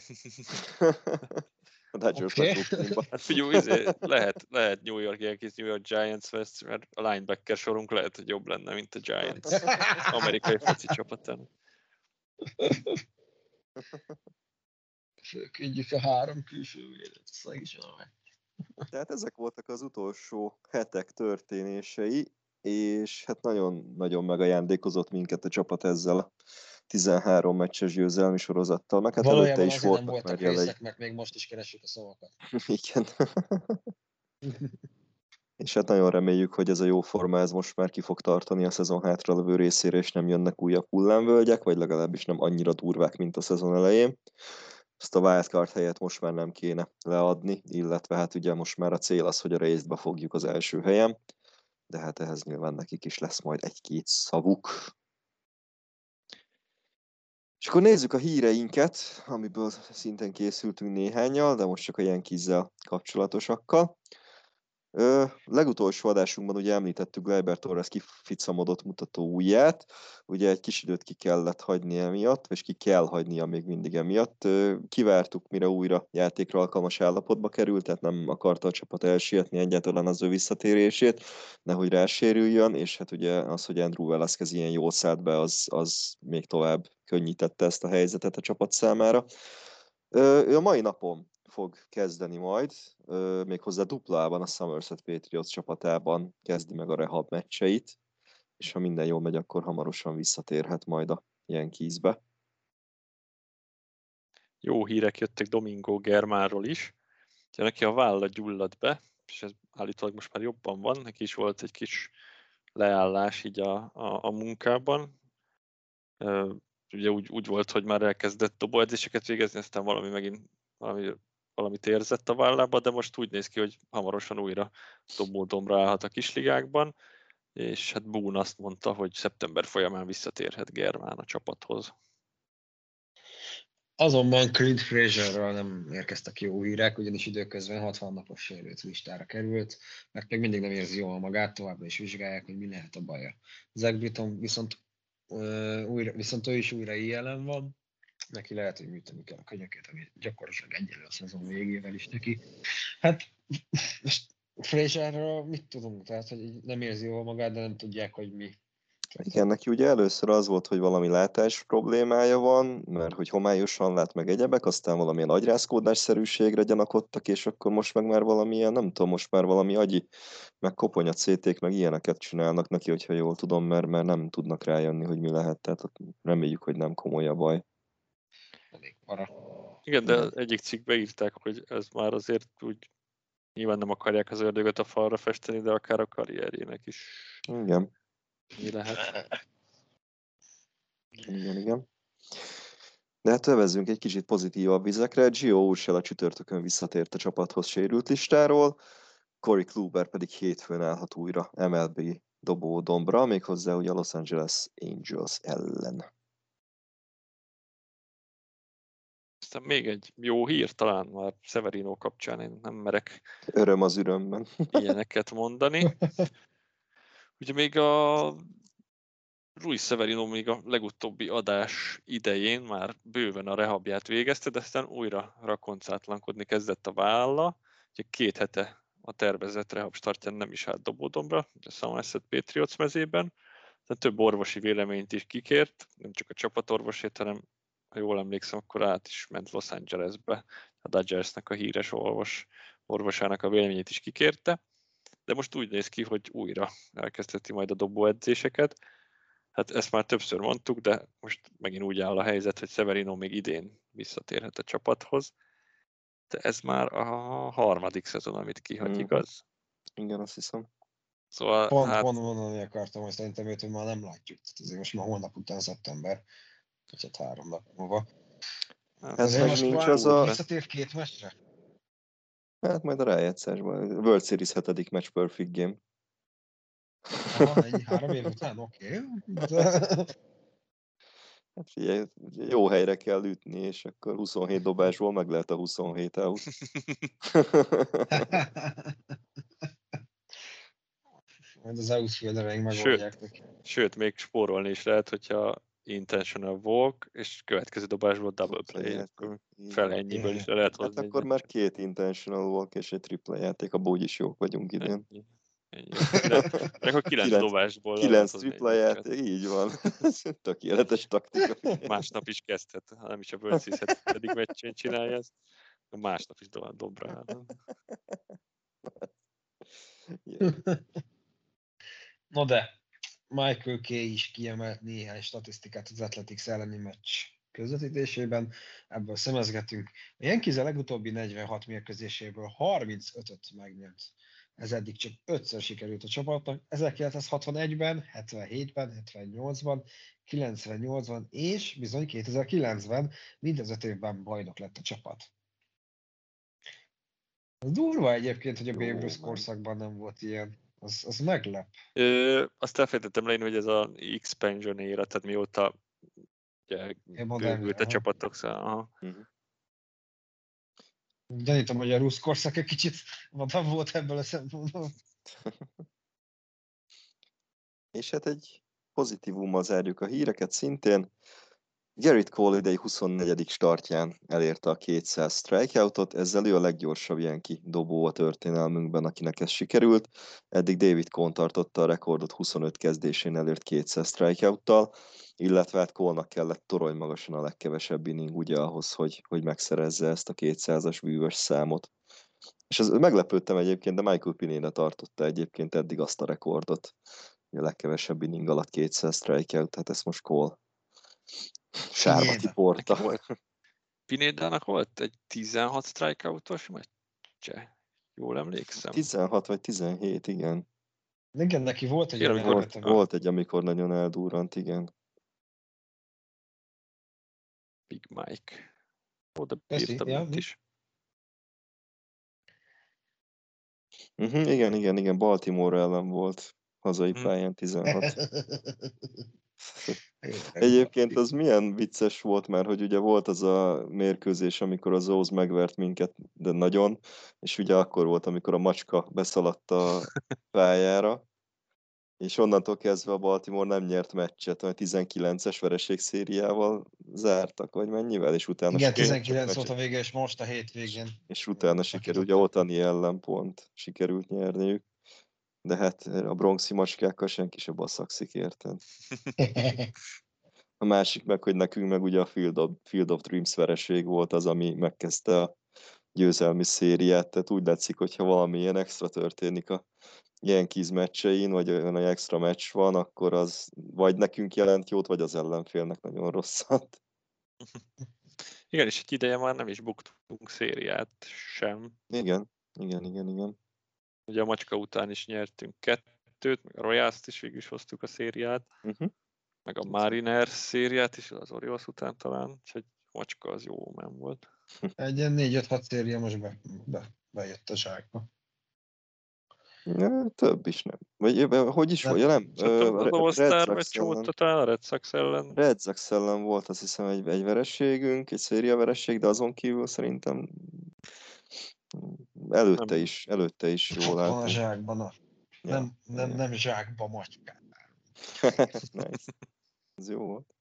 A Dodgers Oké. meg Brooklynba. Hát figyelj, izé, lehet, lehet New York Yankees, New York Giants West, mert a linebacker sorunk lehet, hogy jobb lenne, mint a Giants. Amerikai foci csapatán. Fölküldjük a három külső védet, azt meg is van meg. Tehát ezek voltak az utolsó hetek történései, és hát nagyon-nagyon megajándékozott minket a csapat ezzel a tizenhárom meccses győzelmi sorozattal, meg hát előtte Valójában is azért nem voltak voltak már jelei. részek, mert még most is keresjük a szavakat. Igen. És hát nagyon reméljük, hogy ez a jó forma ez most már ki fog tartani a szezon hátralevő részére, és nem jönnek újabb hullámvölgyek, vagy legalábbis nem annyira durvák, mint a szezon elején. Ezt a wildcard helyet most már nem kéne leadni, illetve hát ugye most már a cél az, hogy a részbe fogjuk az első helyen, de hát ehhez nyilván nekik is lesz majd egy-két szavuk. És akkor nézzük a híreinket, amiből szintén készültünk néhányal, de most csak a Yankees-zel kapcsolatosakkal. Ö, legutolsó adásunkban ugye említettük Gleyber Torres kificamodott mutató ujját, ugye egy kis időt ki kellett hagyni emiatt, és ki kell hagynia még mindig emiatt. Ö, kivártuk, mire újra játékra alkalmas állapotba került, tehát nem akarta a csapat elsietni egyáltalán az ő visszatérését, nehogy rásérüljön, és hát ugye az, hogy Andrew Velázquez ilyen jól szállt be, az, az még tovább könnyítette ezt a helyzetet a csapat számára. Ö, ő a mai napon fog kezdeni majd, ö, méghozzá duplában a Somerset Patriots csapatában kezdi meg a rehab meccseit, és ha minden jól megy, akkor hamarosan visszatérhet majd a Yankeesbe. Jó hírek jöttek Domingo Germánról is. Ugye neki a válla gyulladt be, és ez állítólag most már jobban van, neki is volt egy kis leállás így a, a, a munkában. Uh, ugye úgy, úgy volt, hogy már elkezdett dobóedzéseket végezni, aztán valami megint valami, valamit érzett a vállába, de most úgy néz ki, hogy hamarosan újra dobódombra állhat a kisligákban, és hát Boone azt mondta, hogy szeptember folyamán visszatérhet Germán a csapathoz. Azonban Clint Frazierről nem érkeztek jó hírek, ugyanis időközben hatvan napos sérült listára került, mert még mindig nem érzi jól magát, továbbra is vizsgálják, hogy mi lehet a baja. Zach Britton viszont, uh, újra, viszont ő is újra jelen van, neki lehet, hogy műteni kell a könyökét, ami gyakorlatilag egyenlő a szezon végével is neki. Hát most Frazierről mit tudunk? Tehát, hogy nem érzi jól magát, de nem tudják, hogy mi. Igen, neki ugye először az volt, hogy valami látás problémája van, mert hogy homályosan lát meg egyebek, aztán valamilyen agyrázkódásszerűségre gyanakodtak, és akkor most meg már valamilyen, nem tudom, most már valami agyi, meg koponya céték, meg ilyeneket csinálnak neki, hogyha jól tudom, mert, mert nem tudnak rájönni, hogy mi lehet, tehát reméljük, hogy nem komoly a baj. Elég para. Igen, de egyik cikkbe írták, hogy ez már azért úgy nyilván nem akarják az ördögöt a falra festeni, de akár a karrierjének is Igen. mi lehet. Igen, igen. De hát övezzünk egy kicsit pozitívabb vizekre. Gio Urshela csütörtökön visszatért a csapathoz sérült listáról, Corey Kluber pedig hétfőn állhat újra em el bé dobódombra, méghozzá ugye a Los Angeles Angels ellen. Aztán még egy jó hír, talán már Severino kapcsán én nem merek Öröm az ürömben. ilyeneket mondani. Ugye még a Luis Severino még a legutóbbi adás idején már bőven a rehabját végezte, de aztán újra rakoncátlankodni kezdett a válla. Ugye két hete a tervezett rehab startján nem is állt dobódombra, a Somerset Patriots mezében. Tehát több orvosi véleményt is kikért, nem csak a csapatorvosét, hanem ha jól emlékszem, akkor át is ment Los Angelesbe. A Dodgersnek a híres orvos, orvosának a véleményét is kikérte. De most úgy néz ki, hogy újra elkezdheti majd a dobóedzéseket. Hát ezt már többször mondtuk, de most megint úgy áll a helyzet, hogy Severino még idén visszatérhet a csapathoz. De ez már a harmadik szezon, amit kihagy, mm. igaz? Igen, azt hiszem. Szóval, pont, hát... pont mondani akartam, hogy szerintem őt már nem látjuk. Tehát azért most már holnap után szeptember, vagy hát három nap múlva. Hát azért most nincs az a... Visszatér két meccsre? Hát majd a rájátszásban. World Series hetedik match perfect game. Aha, ennyi, három év után, oké. Okay. Hát figyelj, jó helyre kell ütni, és akkor huszonhét dobásból meg lehet a huszonhét out. Majd az outfieldereink megoldják neki. Sőt, még spórolni is lehet, hogyha intentional walk, és következő dobásból double play, akkor fel ennyiből is lehet hozni. Hát akkor már két intentional walk és egy triple játék, abban úgyis jók vagyunk idén. Ennyi. Meg a kilenc dobásból. Kilenc tripla játék, így van. Tökéletes taktika. Másnap is kezdhet, ha nem is a World Series hetedik meccsén csinálja ezt, másnap is dob, dob rá. No de, Michael Kay is kiemelt néhány statisztikát az Athletics elleni meccs közvetítésében, ebből szemezgetünk. A Yankees a legutóbbi negyvenhat mérkőzéséből harmincötöt megnyert. Ez eddig csak ötször sikerült a csapatnak, ezerkilencszázhatvanegyben, hetvenhétben, hetvennyolcban, kilencvennyolcban és bizony kétezer-kilencben mind az öt évben bajnok lett a csapat. Az durva egyébként, hogy a Babe Ruth korszakban nem volt ilyen. Az, az meglep. Ö, azt elfelejtettem leírni, hogy ez az expansion éra, tehát mióta ugye, bővült a csapatok. Aha. Gyanítom, hogy a rusz korszak egy kicsit vadabb volt ebből a szempontból. És hát egy pozitívummal zárjuk a híreket szintén. Gerrit Cole idei huszonnegyedik startján elérte a kétszáz strikeoutot, ezzel ő a leggyorsabb Yankee dobó a történelmünkben, akinek ez sikerült. Eddig David Cohn tartotta a rekordot huszonöt kezdésén elért kétszáz strikeouttal, illetve hát Cole-nak kellett torony magasan a legkevesebb inning ugye ahhoz, hogy, hogy megszerezze ezt a kétszázas bűvös számot. És ez meglepődtem egyébként, de Michael Pineda tartotta egyébként eddig azt a rekordot, hogy a legkevesebb inning alatt kétszáz strikeout, tehát ezt most Cole sárba tiporta. Pinédának volt egy tizenhat strikeoutos meccse? Jól emlékszem. tizenhat vagy tizenhét, igen. Igen, neki volt egy Kérem, Volt, volt egy, amikor nagyon eldurrant, igen. Big Mike. Oda Köszi, bírtam ja, itt mi? is. Uh-huh, igen, igen, igen, Baltimore ellen volt hazai Mhm. pályán tizenhat. Egyébként az milyen vicces volt már, hogy ugye volt az a mérkőzés, amikor az O's megvert minket, de nagyon, és ugye akkor volt, amikor a macska beszaladt a pályára, és onnantól kezdve a Baltimore nem nyert meccset, hanem tizenkilences vereség szériával zártak, vagy mennyivel, és utána Igen, sikerült tizenkilenc csak volt a meccset- vége, és most a hétvégén. és utána sikerült, ugye Otani ellen pont sikerült nyerniük, de hát a bronxi macskákkal senki se baszakszik, érted? A másik meg, hogy nekünk meg ugye a Field of, Field of Dreams vereség volt az, ami megkezdte a győzelmi szériát, tehát úgy látszik, hogyha valami ilyen extra történik a Yankees meccsein, vagy olyan egy extra meccs van, akkor az vagy nekünk jelent jót, vagy az ellenfélnek nagyon rosszat. Igen, és egy ideje már nem is buktunk szériát sem. Igen, igen, igen, igen. Ugye a macska után is nyertünk kettőt, meg a Royals-t is végül is hoztuk a szériát, Uh-huh. meg a Mariners szériát is, az Orioles után talán, úgyhogy a macska az jó nem volt. Egy ilyen négy öt hat széria most be, be, bejött a zsákba. Ja, több is nem. Vagy ö, hogy is Nem. volt? Ja, nem. Szerintem Ö, az Red All-Star Sox meccs ellen. óta talán a Red Sox ellen. Red Sox ellen volt, azt hiszem, egy, egy vereségünk, egy széria vereség, de azon kívül szerintem előtte Nem. is, előtte is jól Ott van a álltunk. zsákban. A... Ja, Nem, nem, igen. nem zsákba macskán. Nice. Ez jó volt.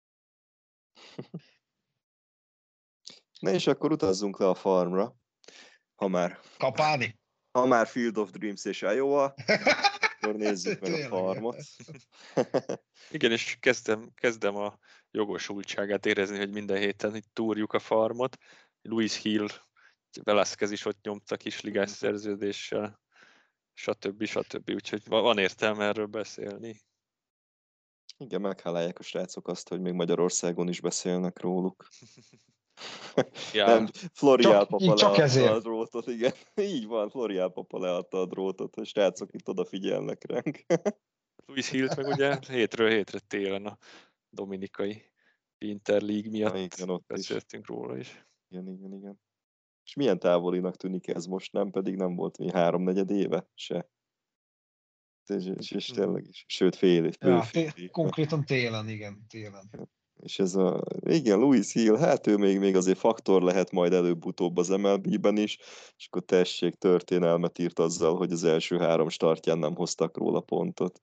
Na és akkor utazzunk le a farmra, ha már, Kapálni? ha már Field of Dreams és Iowa, akkor nézzük meg a Tényleg. farmot. Igen, és kezdem, kezdem a jogosultságát érezni, hogy minden héten itt túrjuk a farmot. Louis Hill, Velázquez is ott nyomta kis ligás szerződéssel, stb. stb. Úgyhogy van értelme erről beszélni. Igen, meghálálják a srácok azt, hogy még Magyarországon is beszélnek róluk. Ja. Nem, Floriál Csak- papa így csak leadta ezért. a drótot, igen. Így van, Floriál papa leadta a drótot, hogy srácok itt odafigyelnek ránk. Louis Hillt meg ugye hétről hétre télen a dominikai Interleague miatt Na igen, ott is. beszéltünk róla is. Igen, igen, igen. És milyen távolinak tűnik ez most, nem? Pedig nem volt mi háromnegyed éve se. És, és, és tényleg is. Sőt, fél év. Ja, fél té- év. konkrétan télen, igen, télen. És ez a, igen, Louis Hill, hát ő még, még azért faktor lehet majd előbb-utóbb az em el bé-ben is, és akkor tessék, történelmet írt azzal, hogy az első három startján nem hoztak róla pontot.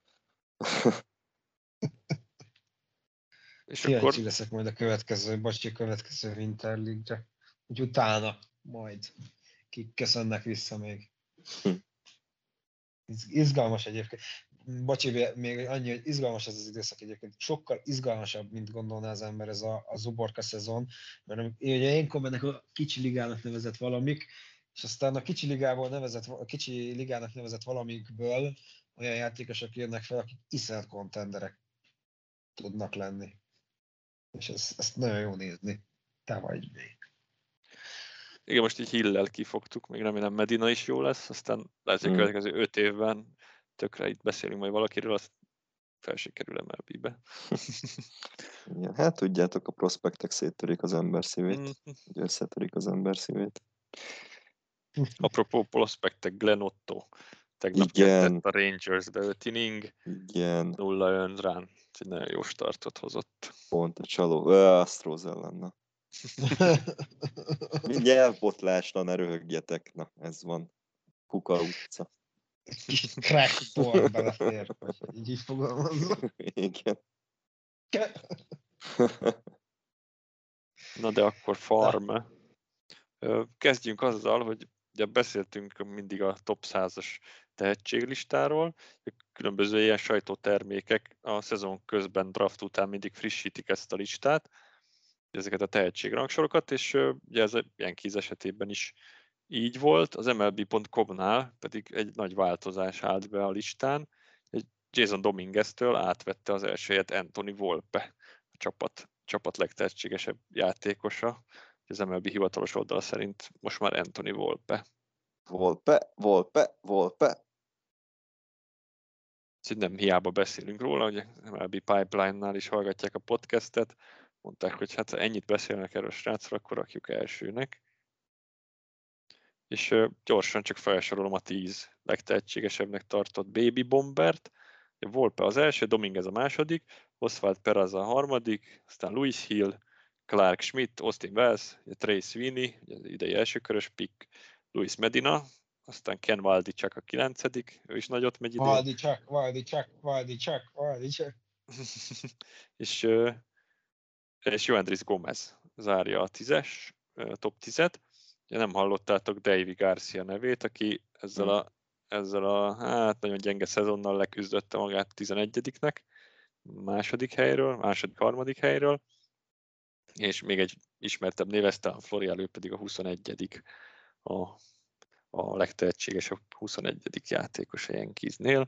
És Kíváncsi akkor leszek majd a következő, bocsi, a következő Winterleague-re. Úgy utána majd kik köszönnek vissza még. Hm. Iz- Izgalmas egyébként. Bocsi, még annyi, hogy izgalmas ez az időszak egyébként. Sokkal izgalmasabb, mint gondolná az ember ez a, a zuborka szezon. Mert amik- ugye ilyenkor mennek a kicsi ligának nevezett valamik, és aztán a kicsi ligából nevezett, a kicsi ligának nevezett valamikből olyan játékosok jönnek fel, akik iszonyat kontenderek tudnak lenni. És ez, ezt nagyon jó nézni. Te vagy még. igen, most így Hill-lel kifogtuk, még remélem Medina is jó lesz, aztán lehet, hogy a Hmm. következő öt évben tökre itt beszélünk majd valakiről, azt fel se kerül em el bé-be. Igen, hát tudjátok, a prospektek széttörik az ember szívét, Mhm. hogy összetörik az ember szívét. Apropó prospektek, Glenn Otto. Tegnap Igen. nyertett a Rangersbe öt inning, Igen, nulla earned run. Úgyhogy nagyon jó startot hozott. pont a csaló, Ö, Astros ellen, na. Nyelvbotlás, na ne röhögjetek. Na, ez van. Kuka utca. Kis crack porn belefér, hogy így is fogalmazom. Igen. Na de akkor farm. Kezdjünk azzal, hogy ugye beszéltünk mindig a top százas tehetséglistáról, különböző ilyen sajtótermékek a szezon közben draft után mindig frissítik ezt a listát, ezeket a tehetségrangsorokat, és ugye ez a Yankees esetében is így volt, az em el bé pont com-nál pedig egy nagy változás állt be a listán, egy Jason Dominguez-től átvette az első helyet Anthony Volpe, a csapat, csapat legtehetségesebb játékosa, az em el bé hivatalos oldala szerint most már Anthony Volpe. Volpe, Volpe, Volpe. Úgyhogy nem hiába beszélünk róla, hogy em el bé Pipeline-nál is hallgatják a podcastet, mondták, hogy hát ha ennyit beszélnek erről a srácról, akkor rakjuk elsőnek. És uh, gyorsan csak felsorolom a tíz legtehetségesebbnek tartott Baby Bombert. Volpe az első, Dominguez a második, Oswald Peraza a harmadik, aztán Louis Hill, Clark Schmidt, Austin Wells, Trey Sweeney, az idei elsőkörös pick, Luis Medina, aztán Ken Waldichuk a kilencedik, ő is nagyot megy idén. Waldichuk, Waldichuk, Waldichuk, Waldichuk. és, és Joandris Gomez zárja a tízes, top tízet. Nem hallottátok Davy Garcia nevét, aki ezzel a, ezzel a hát nagyon gyenge szezonnal leküzdötte magát tizenegyediknek, második helyről, második, harmadik helyről, és még egy ismertebb névezte, a Florial, ő pedig a huszonegyedik a, a legtehetségesebb huszonegyedik játékos a Yankeesnél.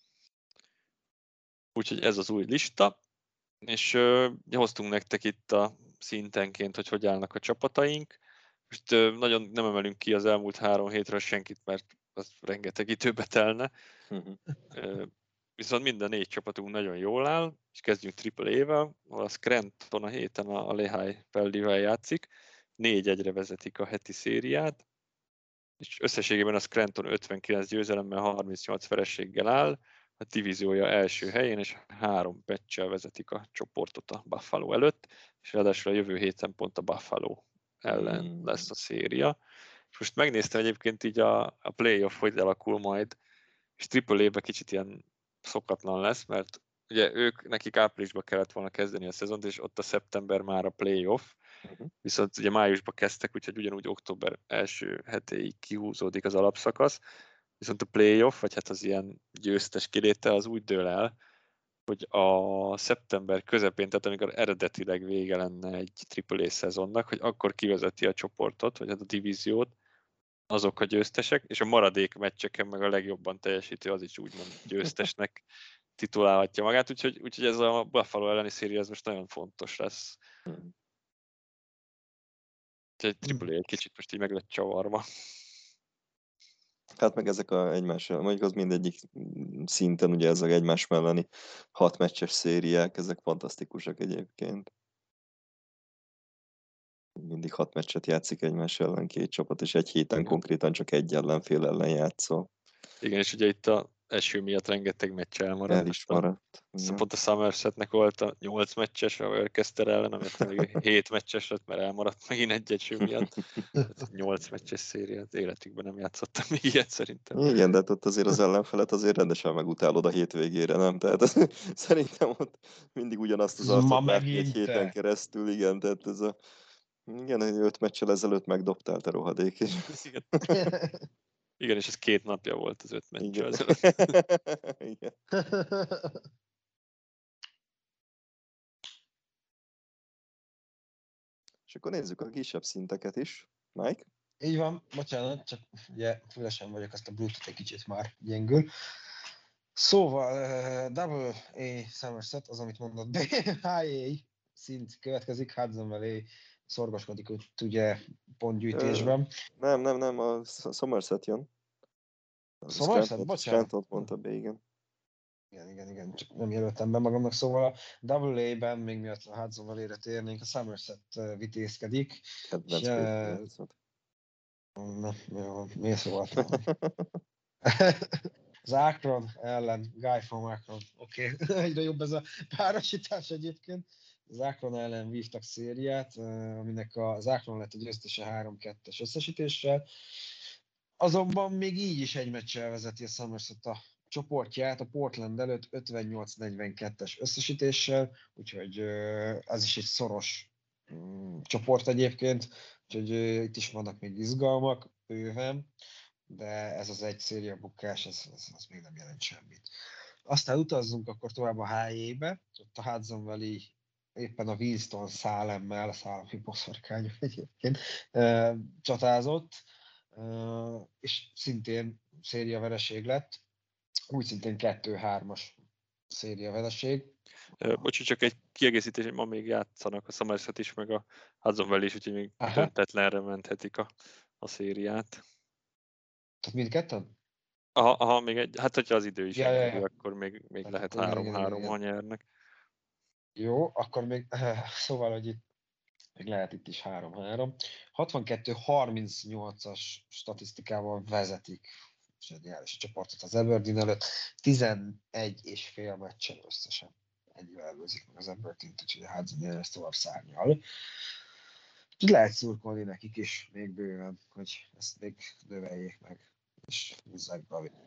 Úgyhogy ez az új lista, és uh, hoztunk nektek itt a szintenként, hogy hogy állnak a csapataink. Most uh, nagyon nem emelünk ki az elmúlt három hétről senkit, mert az rengeteg időbe telne. uh, viszont minden négy csapatunk nagyon jól áll, és kezdjünk triple A-vel, ahol a Scranton a héten a, a Lehigh Valley-vel játszik, négy egyre vezetik a heti szériát, és összességében a Scranton ötvenkilenc győzelemmel, harmincnyolc vereséggel áll, a divíziója első helyén, és három patch-el vezetik a csoportot a Buffalo előtt, és ráadásul a jövő héten pont a Buffalo ellen mm. lesz a széria. És most megnéztem egyébként így a, a playoff, hogy alakul majd, és triple A-be kicsit ilyen szokatlan lesz, mert ugye ők, nekik áprilisban kellett volna kezdeni a szezont, és ott a szeptember már a playoff, uh-huh. viszont ugye májusban kezdtek, úgyhogy ugyanúgy október első hetéig kihúzódik az alapszakasz, viszont a playoff, vagy hát az ilyen győztes kiléte az úgy dől el, hogy a szeptember közepén, tehát amikor eredetileg vége lenne egy triple A szezonnak, hogy akkor kivezeti a csoportot, vagy hát a divíziót, azok a győztesek, és a maradék meccseken meg a legjobban teljesítő az is úgymond győztesnek titulálhatja magát, úgyhogy, úgyhogy ez a Buffalo elleni széria ez most nagyon fontos lesz. Úgyhogy triple A egy kicsit most így meg lett csavarva. Hát meg ezek a egymás, mondjuk az mindegyik szinten, ugye ezek egymás melleni hat meccses szériák, ezek fantasztikusak egyébként. Mindig hat meccset játszik egymás ellen két csapat, és egy héten igen. konkrétan csak egy ellenfél ellen játszol. Igen, és ugye itt a eső miatt rengeteg meccs elmaradt. El is maradt. Szóval pont a Somersetnek volt a nyolc meccses a Worcester ellen, amit még hét meccses lett, mert elmaradt megint egy eső miatt. nyolc meccses szériát életükben nem játszottam még ilyet szerintem. Igen, de hát ott azért az ellenfelet azért rendesen megutálod a hétvégére, nem? Tehát az, szerintem ott mindig ugyanazt az arcot látni egy héten te. keresztül, igen, tehát ez a igen, öt meccsel ezelőtt megdobtál te rohadék. És... Igen. Igen, és ez két napja volt az öt meccsel ezelőtt. Igen. És akkor nézzük a kisebb szinteket is. Mike? Így van, bocsánat, csak ugye fülesen vagyok, azt a Bluetooth egy kicsit már gyengül. Szóval uh, double A Somerset, az, amit mondott, high A szint következik, Hudson Valley szorgoskodik ugye pontgyűjtésben. Nem, nem, nem, a Somerset jön. Somerset? Bocsánat. Scranton mondta be, igen. Igen, igen, igen, csak nem jelöltem be magamnak, szóval a double A-ben, még miatt a Hudson Valley-re térnénk, a Somerset vitézkedik. Kedvenc példát. Na, jó, mi szóval? Az Akron ellen, Guy from Akron, oké, okay. Egyre jobb ez a párosítás egyébként. az Akron ellen vívtak szériát, aminek az Akron lett a győztese három kettes összesítéssel. Azonban még így is egy meccsel vezeti a Somerset a csoportját a Portland előtt ötvennyolc negyvenkettes összesítéssel, úgyhogy az is egy szoros mm, csoport egyébként, úgyhogy itt is vannak még izgalmak bőven, de ez az egy széria bukás, ez, ez, ez még nem jelent semmit. Aztán utazzunk akkor tovább a há jé-be, ott a Hudson Valley éppen a Winston Salemmel, a szálami boszorkányok egyébként csatázott, és szintén széria vereség lett, úgy szintén kettő hármas széria vereség. Bocsi, csak egy kiegészítés, hogy ma még játszanak a Somerset is, meg a Hudson Valley is, úgyhogy még Aha. döntetlenre menthetik a, a szériát. Tehát mindketten? Aha, aha, még egy, hát hogyha az idő is ja, engedi, ja, ja. akkor még, még hát lehet három-három, ha nyernek. Jó, akkor még, szóval, hogy itt még lehet itt is három-három. hatvankettő harmincnyolcas statisztikával vezetik zseniális csoportot az Aberdeen előtt. tizenegy és fél meccsen összesen. Ennyivel előzik meg az Aberdeen-t, úgyhogy a Hudson ezt tovább szárnyal. Úgyhogy lehet szurkolni nekik is még bőven, hogy ezt még növeljék meg, és húzzák be a végét.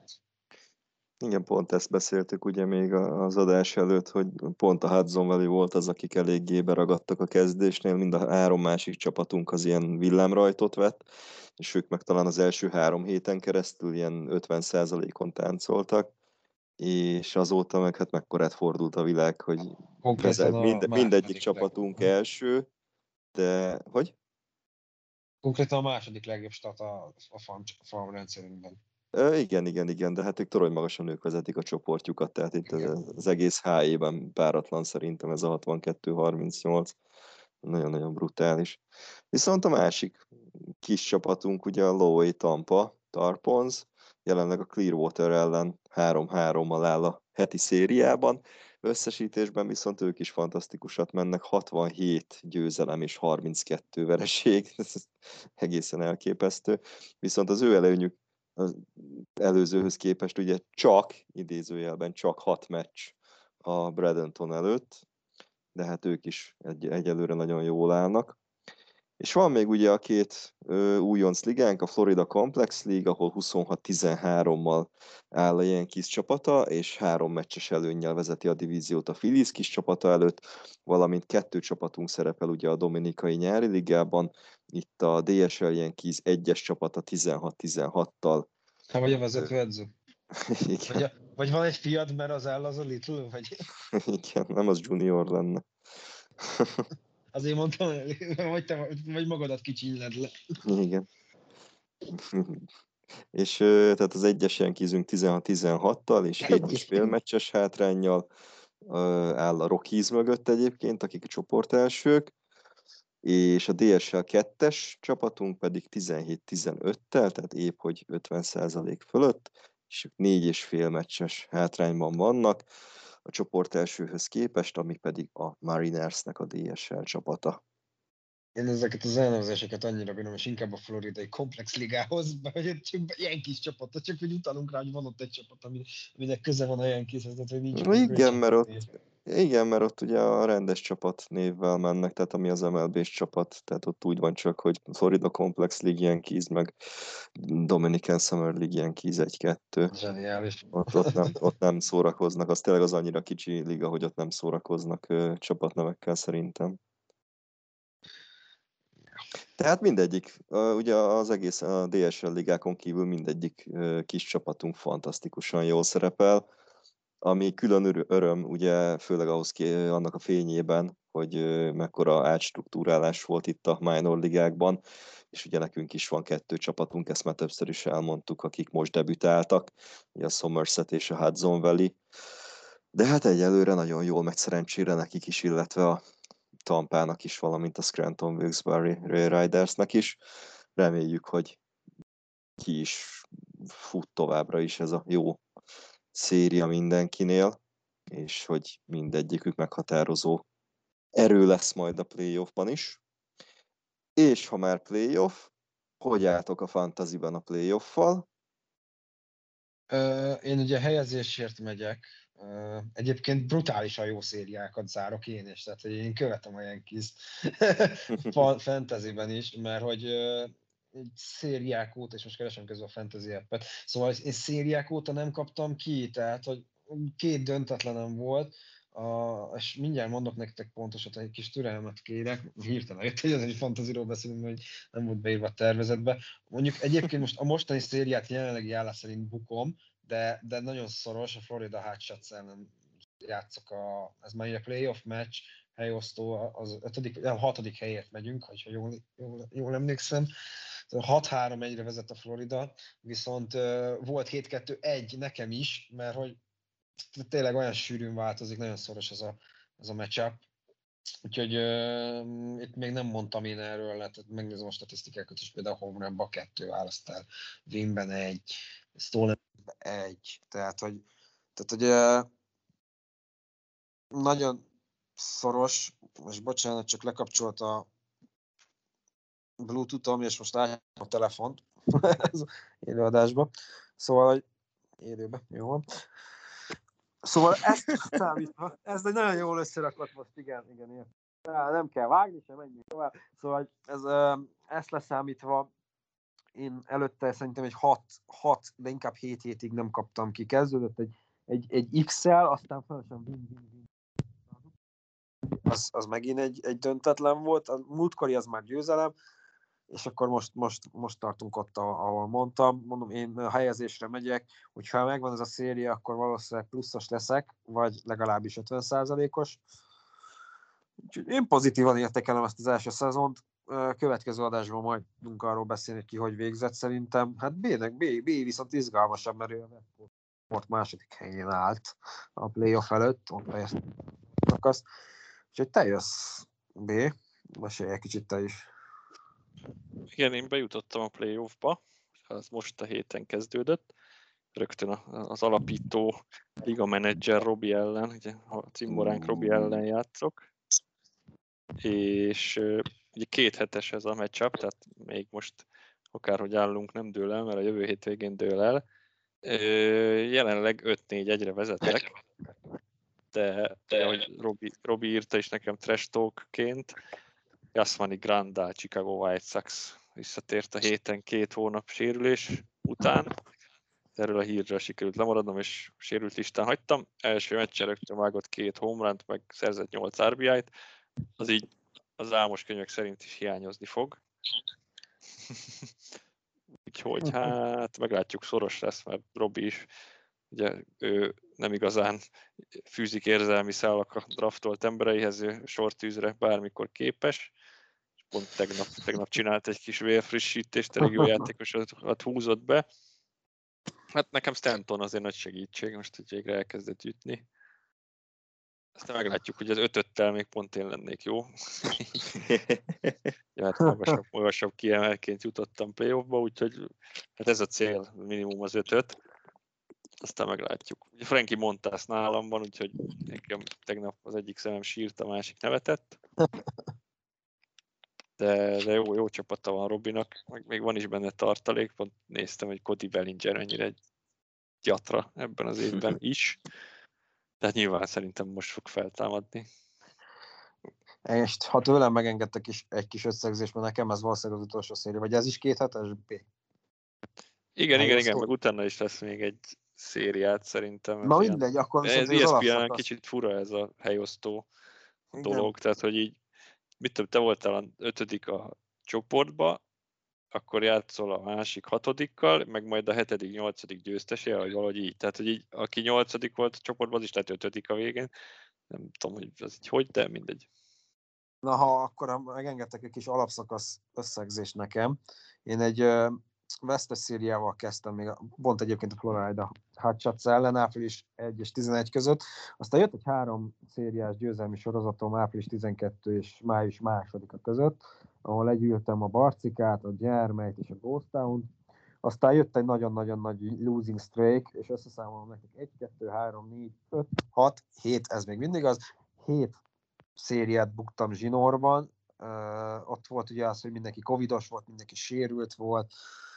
Igen, pont ezt beszéltük ugye még az adás előtt, hogy pont a Hudson Valley volt az, akik eléggé beragadtak a kezdésnél, mind a három másik csapatunk az ilyen villámrajtot vett, és ők meg talán az első három héten keresztül ilyen ötven százalékon táncoltak, és azóta meg hát mekkorát fordult a világ, hogy vezet, mind, mindegyik csapatunk leg... első, de hogy? Konkrétan a második legjobb stat a, a farm, farm rendszerünkben. Uh, igen, igen, igen, de hát ők torony magasan ők vezetik a csoportjukat, tehát itt az, az egész há jé-ben páratlan szerintem ez a hatvankettő harmincnyolc. Nagyon-nagyon brutális. Viszont a másik kis csapatunk, ugye a Lowe Tampa Tarpons, jelenleg a Clearwater ellen három-hárommal áll a heti szériában. Összesítésben viszont ők is fantasztikusat mennek, hatvanhét győzelem és harminckettő vereség, ez egészen elképesztő. Viszont az ő előnyük az előzőhöz képest ugye csak, idézőjelben csak hat meccs a Bradenton előtt, de hát ők is egy, egyelőre nagyon jól állnak. És van még ugye a két ö, újonc ligánk, a Florida Complex League, ahol huszonhat tizenhárommal áll a ilyen kis csapata, és három meccses előnnyel vezeti a divíziót a Phillies kis csapata előtt, valamint kettő csapatunk szerepel ugye a Dominikai nyári ligában, itt a dé es el Yankees egyes csapata tizenhat tizenhattal. Hát vagy a vezetőedző. Vagy, a, vagy van egy fiad, mert az áll az a Little, vagy... Igen, nem az junior lenne. Azért mondtam, vagy, te, vagy magadat kicsinyeled le. Igen. És tehát az egyes Yankeesünk tizenhat tizenhattal és hét és fél meccses hátránnyal áll a Rockies mögött egyébként, akik a csoport elsők, és a dé es el kettes csapatunk pedig tizenhét tizenöttel, tehát épp hogy ötven százalék fölött, és négy és fél meccses hátrányban vannak a csoport elsőhöz képest, ami pedig a Marinersnek a dé es el csapata. Én ezeket az elnevezéseket annyira bírom, és inkább a floridai komplex ligához, hogy csak ilyen kis csapat, csak hogy utalunk rá, hogy van ott egy csapat, aminek köze van a Yankeeshez, tehát hogy nincs. Igen, mert ott, igen, mert ott ugye a rendes csapat névvel mennek, tehát ami az em el bé-s csapat, tehát ott úgy van csak, hogy Florida Complex League Yankees, meg Dominican Summer League Yankees egy-kettő. Zseniális. Ott, ott, nem, ott nem szórakoznak, az tényleg az annyira kicsi liga, hogy ott nem szórakoznak ö, csapatnevekkel szerintem. Tehát mindegyik, ugye az egész a dé es el ligákon kívül mindegyik kis csapatunk fantasztikusan jól szerepel, ami külön öröm, ugye főleg ahhoz ki, annak a fényében, hogy mekkora átstruktúrálás volt itt a minor ligákban, és ugye nekünk is van kettő csapatunk, ezt már többször is elmondtuk, akik most debütáltak, ugye a Somerset és a Hudson Valley, de hát egyelőre nagyon jól megy szerencsére nekik is, illetve a Tampának is, valamint a Scranton Wilkes-Barre Rail Ridersnek is. Reméljük, hogy ki is fut továbbra is ez a jó széria mindenkinél, és hogy mindegyikük meghatározó erő lesz majd a playoffban is. És ha már playoff, hogy álltok a fantasyban a playoffal? Én ugye helyezésért megyek, Uh, egyébként brutálisan jó szériákat zárok én is, tehát hogy én követem a Yankees-t fantasyben is, mert hogy uh, szériák óta, és most keresem közben a fantasy appet, szóval én szériák óta nem kaptam ki, tehát hogy két döntetlenem volt, a, és mindjárt mondok nektek pontosat, egy kis türelmet kérek, hirtelen jött, hogy egy fantasyról beszélünk, hogy nem volt beírva a tervezetbe. Mondjuk egyébként most a mostani szériát jelenlegi állás szerint bukom, de, de nagyon szoros, a Florida Hotshots ellen játszok, a, ez már a playoff match, helyosztó, az ötödik, nem, hatodik helyért megyünk, hogyha jól, jól, jól emlékszem. hat három egyre vezet a Florida, viszont uh, volt hét kettő egy nekem is, mert hogy tényleg olyan sűrűn változik, nagyon szoros ez a, ez a matchup. Úgyhogy uh, itt még nem mondtam én erről, tehát megnézem a statisztikákat is, például home run-ba kettő választ el, winben egy, stolen-ben egy, tehát hogy, tehát, hogy uh, nagyon szoros, most bocsánat, csak lekapcsolt a Bluetooth-om, és most állom a telefont az élőadásba. Szóval, hogy élőben, jó van. Szóval ezt számítva, ez egy nagyon jól összerakott most, igen, igen, igen. Nem kell vágni, sem menjünk tovább. Szóval ez, ezt leszámítva, én előtte szerintem egy hat, de inkább hét hétig nem kaptam ki. Kezdődött egy, egy, egy X-el, aztán felesen win-win-win. Az, az megint egy, egy döntetlen volt. A múltkori az már győzelem, és akkor most, most, most tartunk ott, ahol mondtam. Mondom, én a helyezésre megyek, hogyha megvan ez a széria, akkor valószínűleg pluszos leszek, vagy legalábbis ötven százalékos. Úgyhogy én pozitívan értékelem ezt az első szezont. Következő adásban majd tudunk arról beszélni, ki hogy végzett szerintem. Hát B-nek, B, B viszont izgalmasabb, mert ő a Westport második helyén állt a playoff előtt, ott fejeztek azt. Úgyhogy te jössz, B, mesélj egy kicsit te is. Igen, én bejutottam a playoffba, ez most a héten kezdődött, rögtön az alapító liga menedzser Robi ellen, ugye a cimboránk Robi ellen játszok, és ugye két hetes ez a matchup, tehát még most akárhogy állunk nem dől el, mert a jövő hétvégén dől el. Jelenleg öt négy egyre vezetek, de, de ahogy Robi, Robi írta is nekem trash talkként, Yasmani Grandal, Chicago White Sox visszatért a héten két hónap sérülés után. Erről a hírről sikerült lemaradnom, és sérült listán hagytam. Első meccsen rögtön vágott két home runt, meg szerzett nyolc er bé í-t. Az így az álmos könyvek szerint is hiányozni fog. Úgyhogy hát meglátjuk, szoros lesz, mert Robi is ugye ő nem igazán fűzik érzelmi szálak a draftolt embereihez, ő sortűzre bármikor képes. Pont tegnap, tegnap csinált egy kis vérfrissítést, elég jó játékosokat húzott be. Hát nekem Stanton azért nagy segítség, most hogy végre elkezdett ütni. Aztán meglátjuk, hogy az ötöttel még pont én lennék jó. Ja, hát magasabb, magasabb kiemelként jutottam playoffba, úgyhogy hát ez a cél, minimum az ötöt. Aztán meglátjuk. Ugye Frankie Montas nálam van, úgyhogy nekem tegnap az egyik szemem sírt, a másik nevetett. De, de jó, jó csapata van Robinak, meg még van is benne tartalék, pont néztem, hogy Cody Bellinger mennyire egy gyatra ebben az évben is. Tehát nyilván szerintem most fog feltámadni. És ha tőlem megengedtek is egy kis összegzést, mert nekem ez valószínűleg az utolsó széria, vagy ez is két hetes B? Igen, igen, igen, meg utána is lesz még egy szériát szerintem. Na mindegy, akkor viszont ez E S P N kicsit fura ez a helyosztó dolog, igen. Tehát hogy így, mit tudom, te voltál a ötödik a csoportba, akkor játszol a másik hatodikkal, meg majd a hetedik, nyolcadik győztese, vagy valahogy így. Tehát, hogy így, aki nyolcadik volt a csoportban, az is lett ötödik a végén. Nem tudom, hogy az így hogy, de mindegy. Na, ha akkor megengedtek egy kis alapszakasz összegzést nekem. Én egy uh, vesztes szériával kezdtem, még pont egyébként a Florida Hotshots ellen, április egy és tizenegy között. Aztán jött egy három szériás győzelmi sorozatom április tizenkettő és május másodika között, ahol legyűltem a Barcikát, a Gyermelyt és a Ghost Town-t. Aztán jött egy nagyon-nagyon nagy losing streak, és összeszámolom nekik egy, kettő, három, négy, öt, hat, hét, ez még mindig az, hét szériát buktam zsinórban. Uh, ott volt ugye az, hogy mindenki covidos volt, mindenki sérült volt.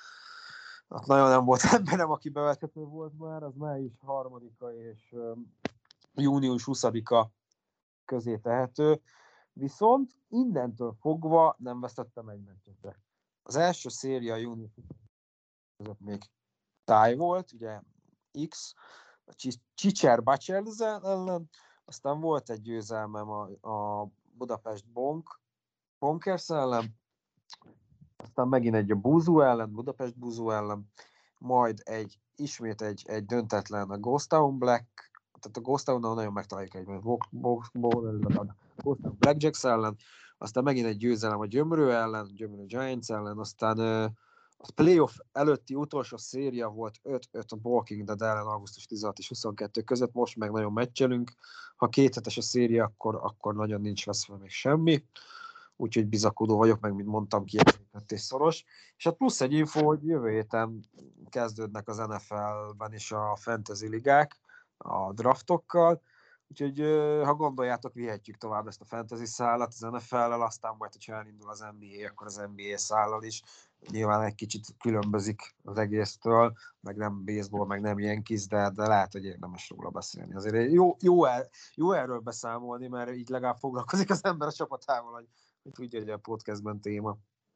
Ott nagyon nem volt emberem, aki bevethető volt már, az május harmadika és uh, június huszadika közé tehető, viszont innentől fogva nem vesztettem egy meccset. Az első széria június között még táj volt, ugye X, a Csicser Bacselze ellen, aztán volt egy győzelmem a, a Budapest Bonk, Bonkers ellen, aztán megint egy a Búzú ellen, Budapest Búzú ellen, majd egy, ismét egy, egy döntetlen a Ghost Town Black, tehát a Ghost Town-nal nagyon megtaláljuk egy Ghost Town Blackjacks ellen, aztán megint egy győzelem a Gyömrő ellen, Gyömrő Giants ellen, aztán a playoff előtti utolsó széria volt öt öt a Walking Dead ellen augusztus tizenhat és huszonkettő között, most meg nagyon meccselünk. Ha két hetes a széria, akkor, akkor nagyon nincs veszve még semmi. Úgyhogy bizakodó vagyok, meg mint mondtam, kiegyenlített és szoros. És hát plusz egy info, hogy jövő héten kezdődnek az en ef el-ben is a fantasy ligák a draftokkal, úgyhogy ha gondoljátok, vihetjük tovább ezt a fantasy szállat az en ef el-lel, aztán majd, hogyha elindul az en bé á, akkor az en bé á szállal is. Nyilván egy kicsit különbözik az egésztől, meg nem baseball, meg nem Yankees, de, de lehet, hogy érdemes róla beszélni. Azért jó, jó, el, jó erről beszámolni, mert így legalább foglalkozik az ember a csapatával, hogy, hogy tudja, hogy a podcastben téma.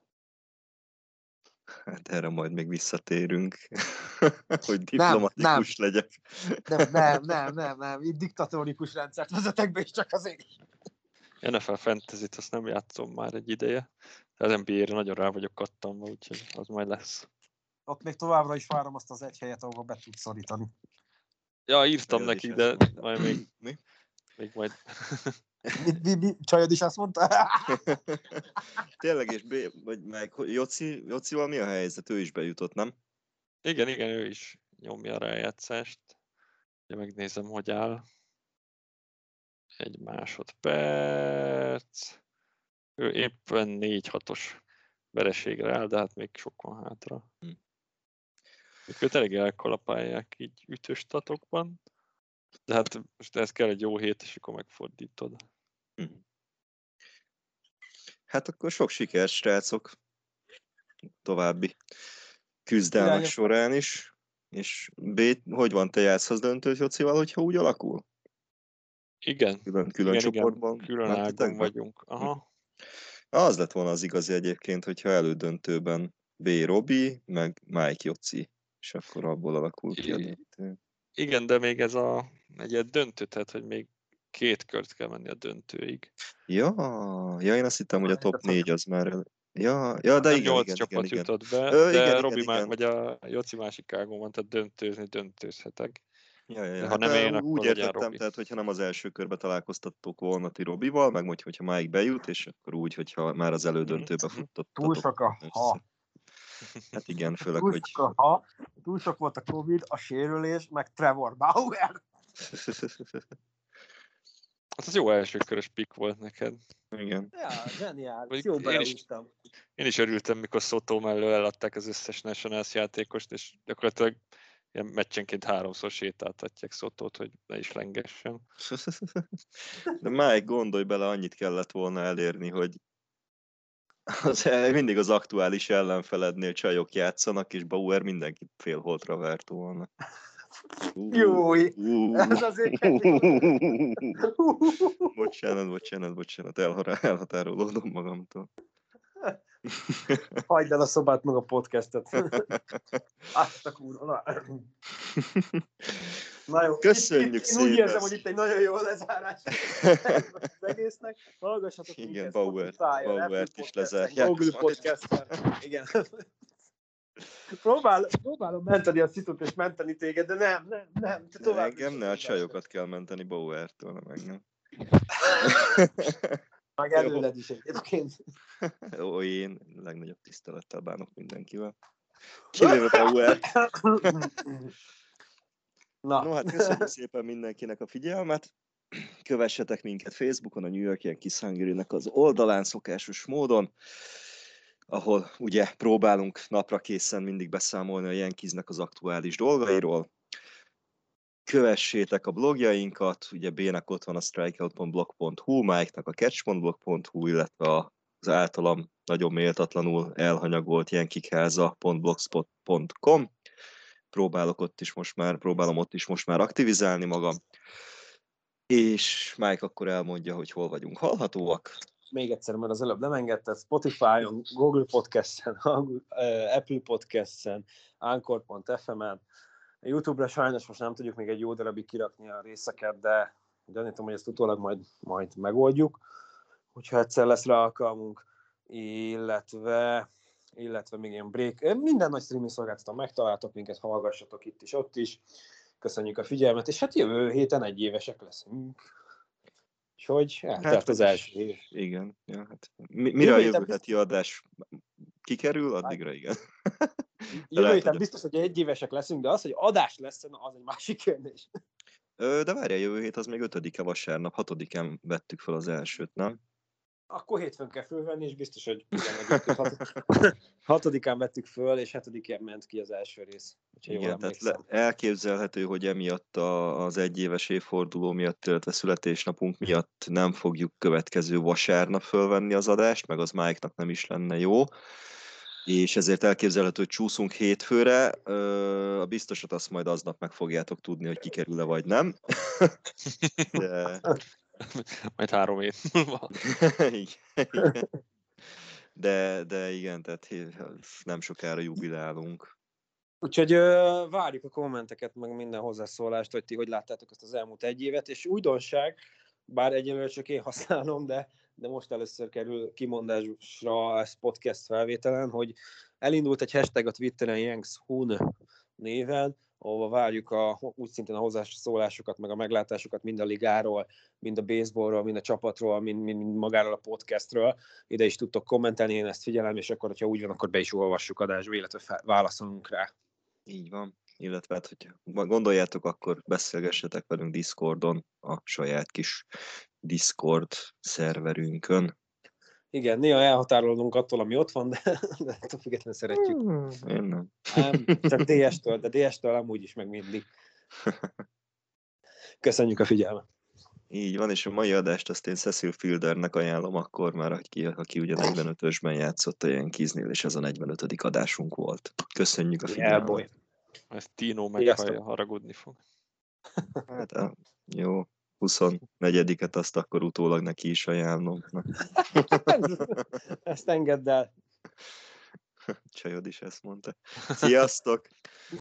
Hát erre majd még visszatérünk, hogy diplomatikus nem, legyek. Nem, nem, nem, nem, nem, itt diktatórikus rendszert vezetek be, és csak azért. en ef el Fantasy-t azt nem játszom már egy ideje. Az en bé á-re nagyon rá vagyok kattanva, úgyhogy az majd lesz. Ott még továbbra is várom azt az egy helyet, ahova be tudsz szorítani. Ja, írtam neki, de majd még, mi? még majd... mi, mi, mi? Csajod is azt mondta? Tényleg, és B, vagy meg Joci, Jocival mi a helyzet? Ő is bejutott, nem? Igen, igen, ő is nyomja a rájátszást. Ja, megnézem, hogy áll. Egy másodperc. Ő éppen négy hatos vereségre áll, de hát még sok van hátra. Hm. Őket elég elkalapálják így ütős tatokban. De hát most ez kell egy jó hét, és akkor megfordítod. Hm. Hát akkor sok sikert, srácok! További küzdelmek Irányos. során is. És B, hogy van, te játszhatsz döntőt Jocival, hogyha úgy alakul? Igen. Külön, külön igen, csoportban? Igen. Külön ágon vagyunk. Aha. Az lett volna az igazi egyébként, hogyha elődöntőben B. Robi, meg Mike Joci, és akkor abból alakul ki a döntő. Igen, de még ez a egy ilyen döntő, tehát hogy még két kört kell menni a döntőig. Ja, ja én azt hittem, hogy a top négy az már... Ja, ja de igen, nyolc igen, csapat igen, jutott be, Ö, de igen, Robi igen, már, igen. vagy a Joci másik ágon van, tehát döntőzni döntőzhetek. Ja, ja, ja. Ha Hát nem én, akkor úgy legyen értettem, Robi. tehát hogyha nem az első körbe találkoztattok volna ti Robival, meg úgy, hogyha Mike bejut, és akkor úgy, hogyha már az elődöntőbe Mm-hmm. futtatok. Túl sok a ha. Hát igen, főleg, túl hogy... Sok a ha, túl sok volt a Covid, a sérülés, meg Trevor Bauer. Hát az jó elsőkörös pick volt neked. Igen. Ja, zseniális. Jó, Jó én beleúztam. Én is örültem, mikor Soto mellől eladták az összes Nationals játékost, és gyakorlatilag ilyen meccsenként háromszor sétáltatják Sotót, hogy ne is lengessen. De Mike, gondolj bele, annyit kellett volna elérni, hogy az, mindig az aktuális ellenfelednél csajok játszanak, és Bauer mindenkit félholtra vert volna. Uh, Júj! Uh, ez azért bocsánat, bocsánat, bocsánat, elhatárolódom magamtól. Hagyd el a szobát, meg a podcastet. Azt a kurva. Na jó. Köszönjük itt, itt, szépen. Én úgy érzem, hogy itt egy nagyon jó lezárás az egésznek. Hallgassatok igen, Bauer, Bauert is lezárják. Google Podcast-en. Igen. Próbál, próbálom menteni a szitut és menteni téged, de nem, nem, nem. Te tovább engem ne, a csajokat kell menteni Bauertől, nem engem. Meg előled is egyébként. Ó, én legnagyobb tisztelettel bánok mindenkivel. Kivéve Bauer. Na. No, hát köszönjük szépen mindenkinek a figyelmet. Kövessetek minket Facebookon, a New York Yankees Hungary-nek az oldalán szokásos módon, ahol ugye próbálunk napra készen mindig beszámolni a Yankeesnek az aktuális dolgairól. Kövessétek a blogjainkat, ugye B-nek ott van a strikeout pont blog pont hu, Mike-nak a catch pont blog pont hu, illetve az általam nagyon méltatlanul elhanyagolt yankikháza pont blogspot pont com. Próbálok ott is most már, próbálom ott is most már aktivizálni magam. És Mike akkor elmondja, hogy hol vagyunk hallhatóak. Még egyszer, mert az előbb nem engedted, Spotify-on, Google Podcast-en, Apple Podcast-en, Anchor pont ef em-en, YouTube-ra sajnos most nem tudjuk még egy jó darabig kirakni a részeket, de gyanítom, hogy ezt utólag majd, majd megoldjuk, hogyha egyszer lesz rá alkalmunk, illetve, illetve még ilyen break. Minden nagy streaming szolgáltatóan megtaláltok minket, hallgassatok itt is, ott is. Köszönjük a figyelmet, és hát jövő héten egy évesek leszünk. Úgyhogy eltelt hát, az első év. Igen. Ja, hát mi, mire jövő a jövő heti adás kikerül, addigra igen. Jövő héten biztos, hogy egy évesek leszünk, de az, hogy adás lesz, az egy másik kérdés. De várjál, jövő hét az még ötödike vasárnap, hatodikán vettük fel az elsőt, nem? Akkor hétfőn kell fölvenni, és biztos, hogy hatodikán vettük föl, és hetedikén ment ki az első rész. Igen, tehát le, elképzelhető, hogy emiatt a, az egyéves évforduló miatt, illetve születésnapunk miatt nem fogjuk következő vasárnap fölvenni az adást, meg az Mike-nak nem is lenne jó. És ezért elképzelhető, hogy csúszunk hétfőre. A biztosat azt majd aznap meg fogjátok tudni, hogy kikerül-e vagy nem. De... Majd három év múlva. de, de igen, tehát nem sokára jubilálunk. Úgyhogy ö, várjuk a kommenteket, meg minden hozzászólást, hogy ti hogy láttátok ezt az elmúlt egy évet, és újdonság, bár egyelőre csak én használom, de, de most először kerül kimondásra ez podcast felvételen, hogy elindult egy hashtag a Twitteren, Yanks Hun néven, ahova várjuk a, úgy szintén a hozzászólásokat, meg a meglátásokat mind a ligáról, mind a baseballról, mind a csapatról, mind, mind magáról a podcastről. Ide is tudtok kommentelni, én ezt figyelem, és akkor, hogyha úgy van, akkor be is olvassuk adásba, illetve fel, válaszolunk rá. Így van. Illetve hát, hogy gondoljátok, akkor beszélgessetek velünk Discordon, a saját kis Discord szerverünkön. Igen, néha elhatárolunk attól, ami ott van, de, de függetlenül szeretjük. Én nem. nem csak dé es-től, de dé es-től amúgy is meg mindig. Köszönjük a figyelmet. Így van, és a mai adást azt én Cecil Fieldernek ajánlom akkor már, aki, aki ugye negyvenötösben játszott a Yankeesnél, és ez a negyvenötödik adásunk volt. Köszönjük a figyelmet. Yeah, ezt Tino meghallja, haragudni fog. Hát, jó. huszonnegyediket azt akkor utólag neki is ajánlom. Ezt engedd el. Csajod is ezt mondta. Sziasztok!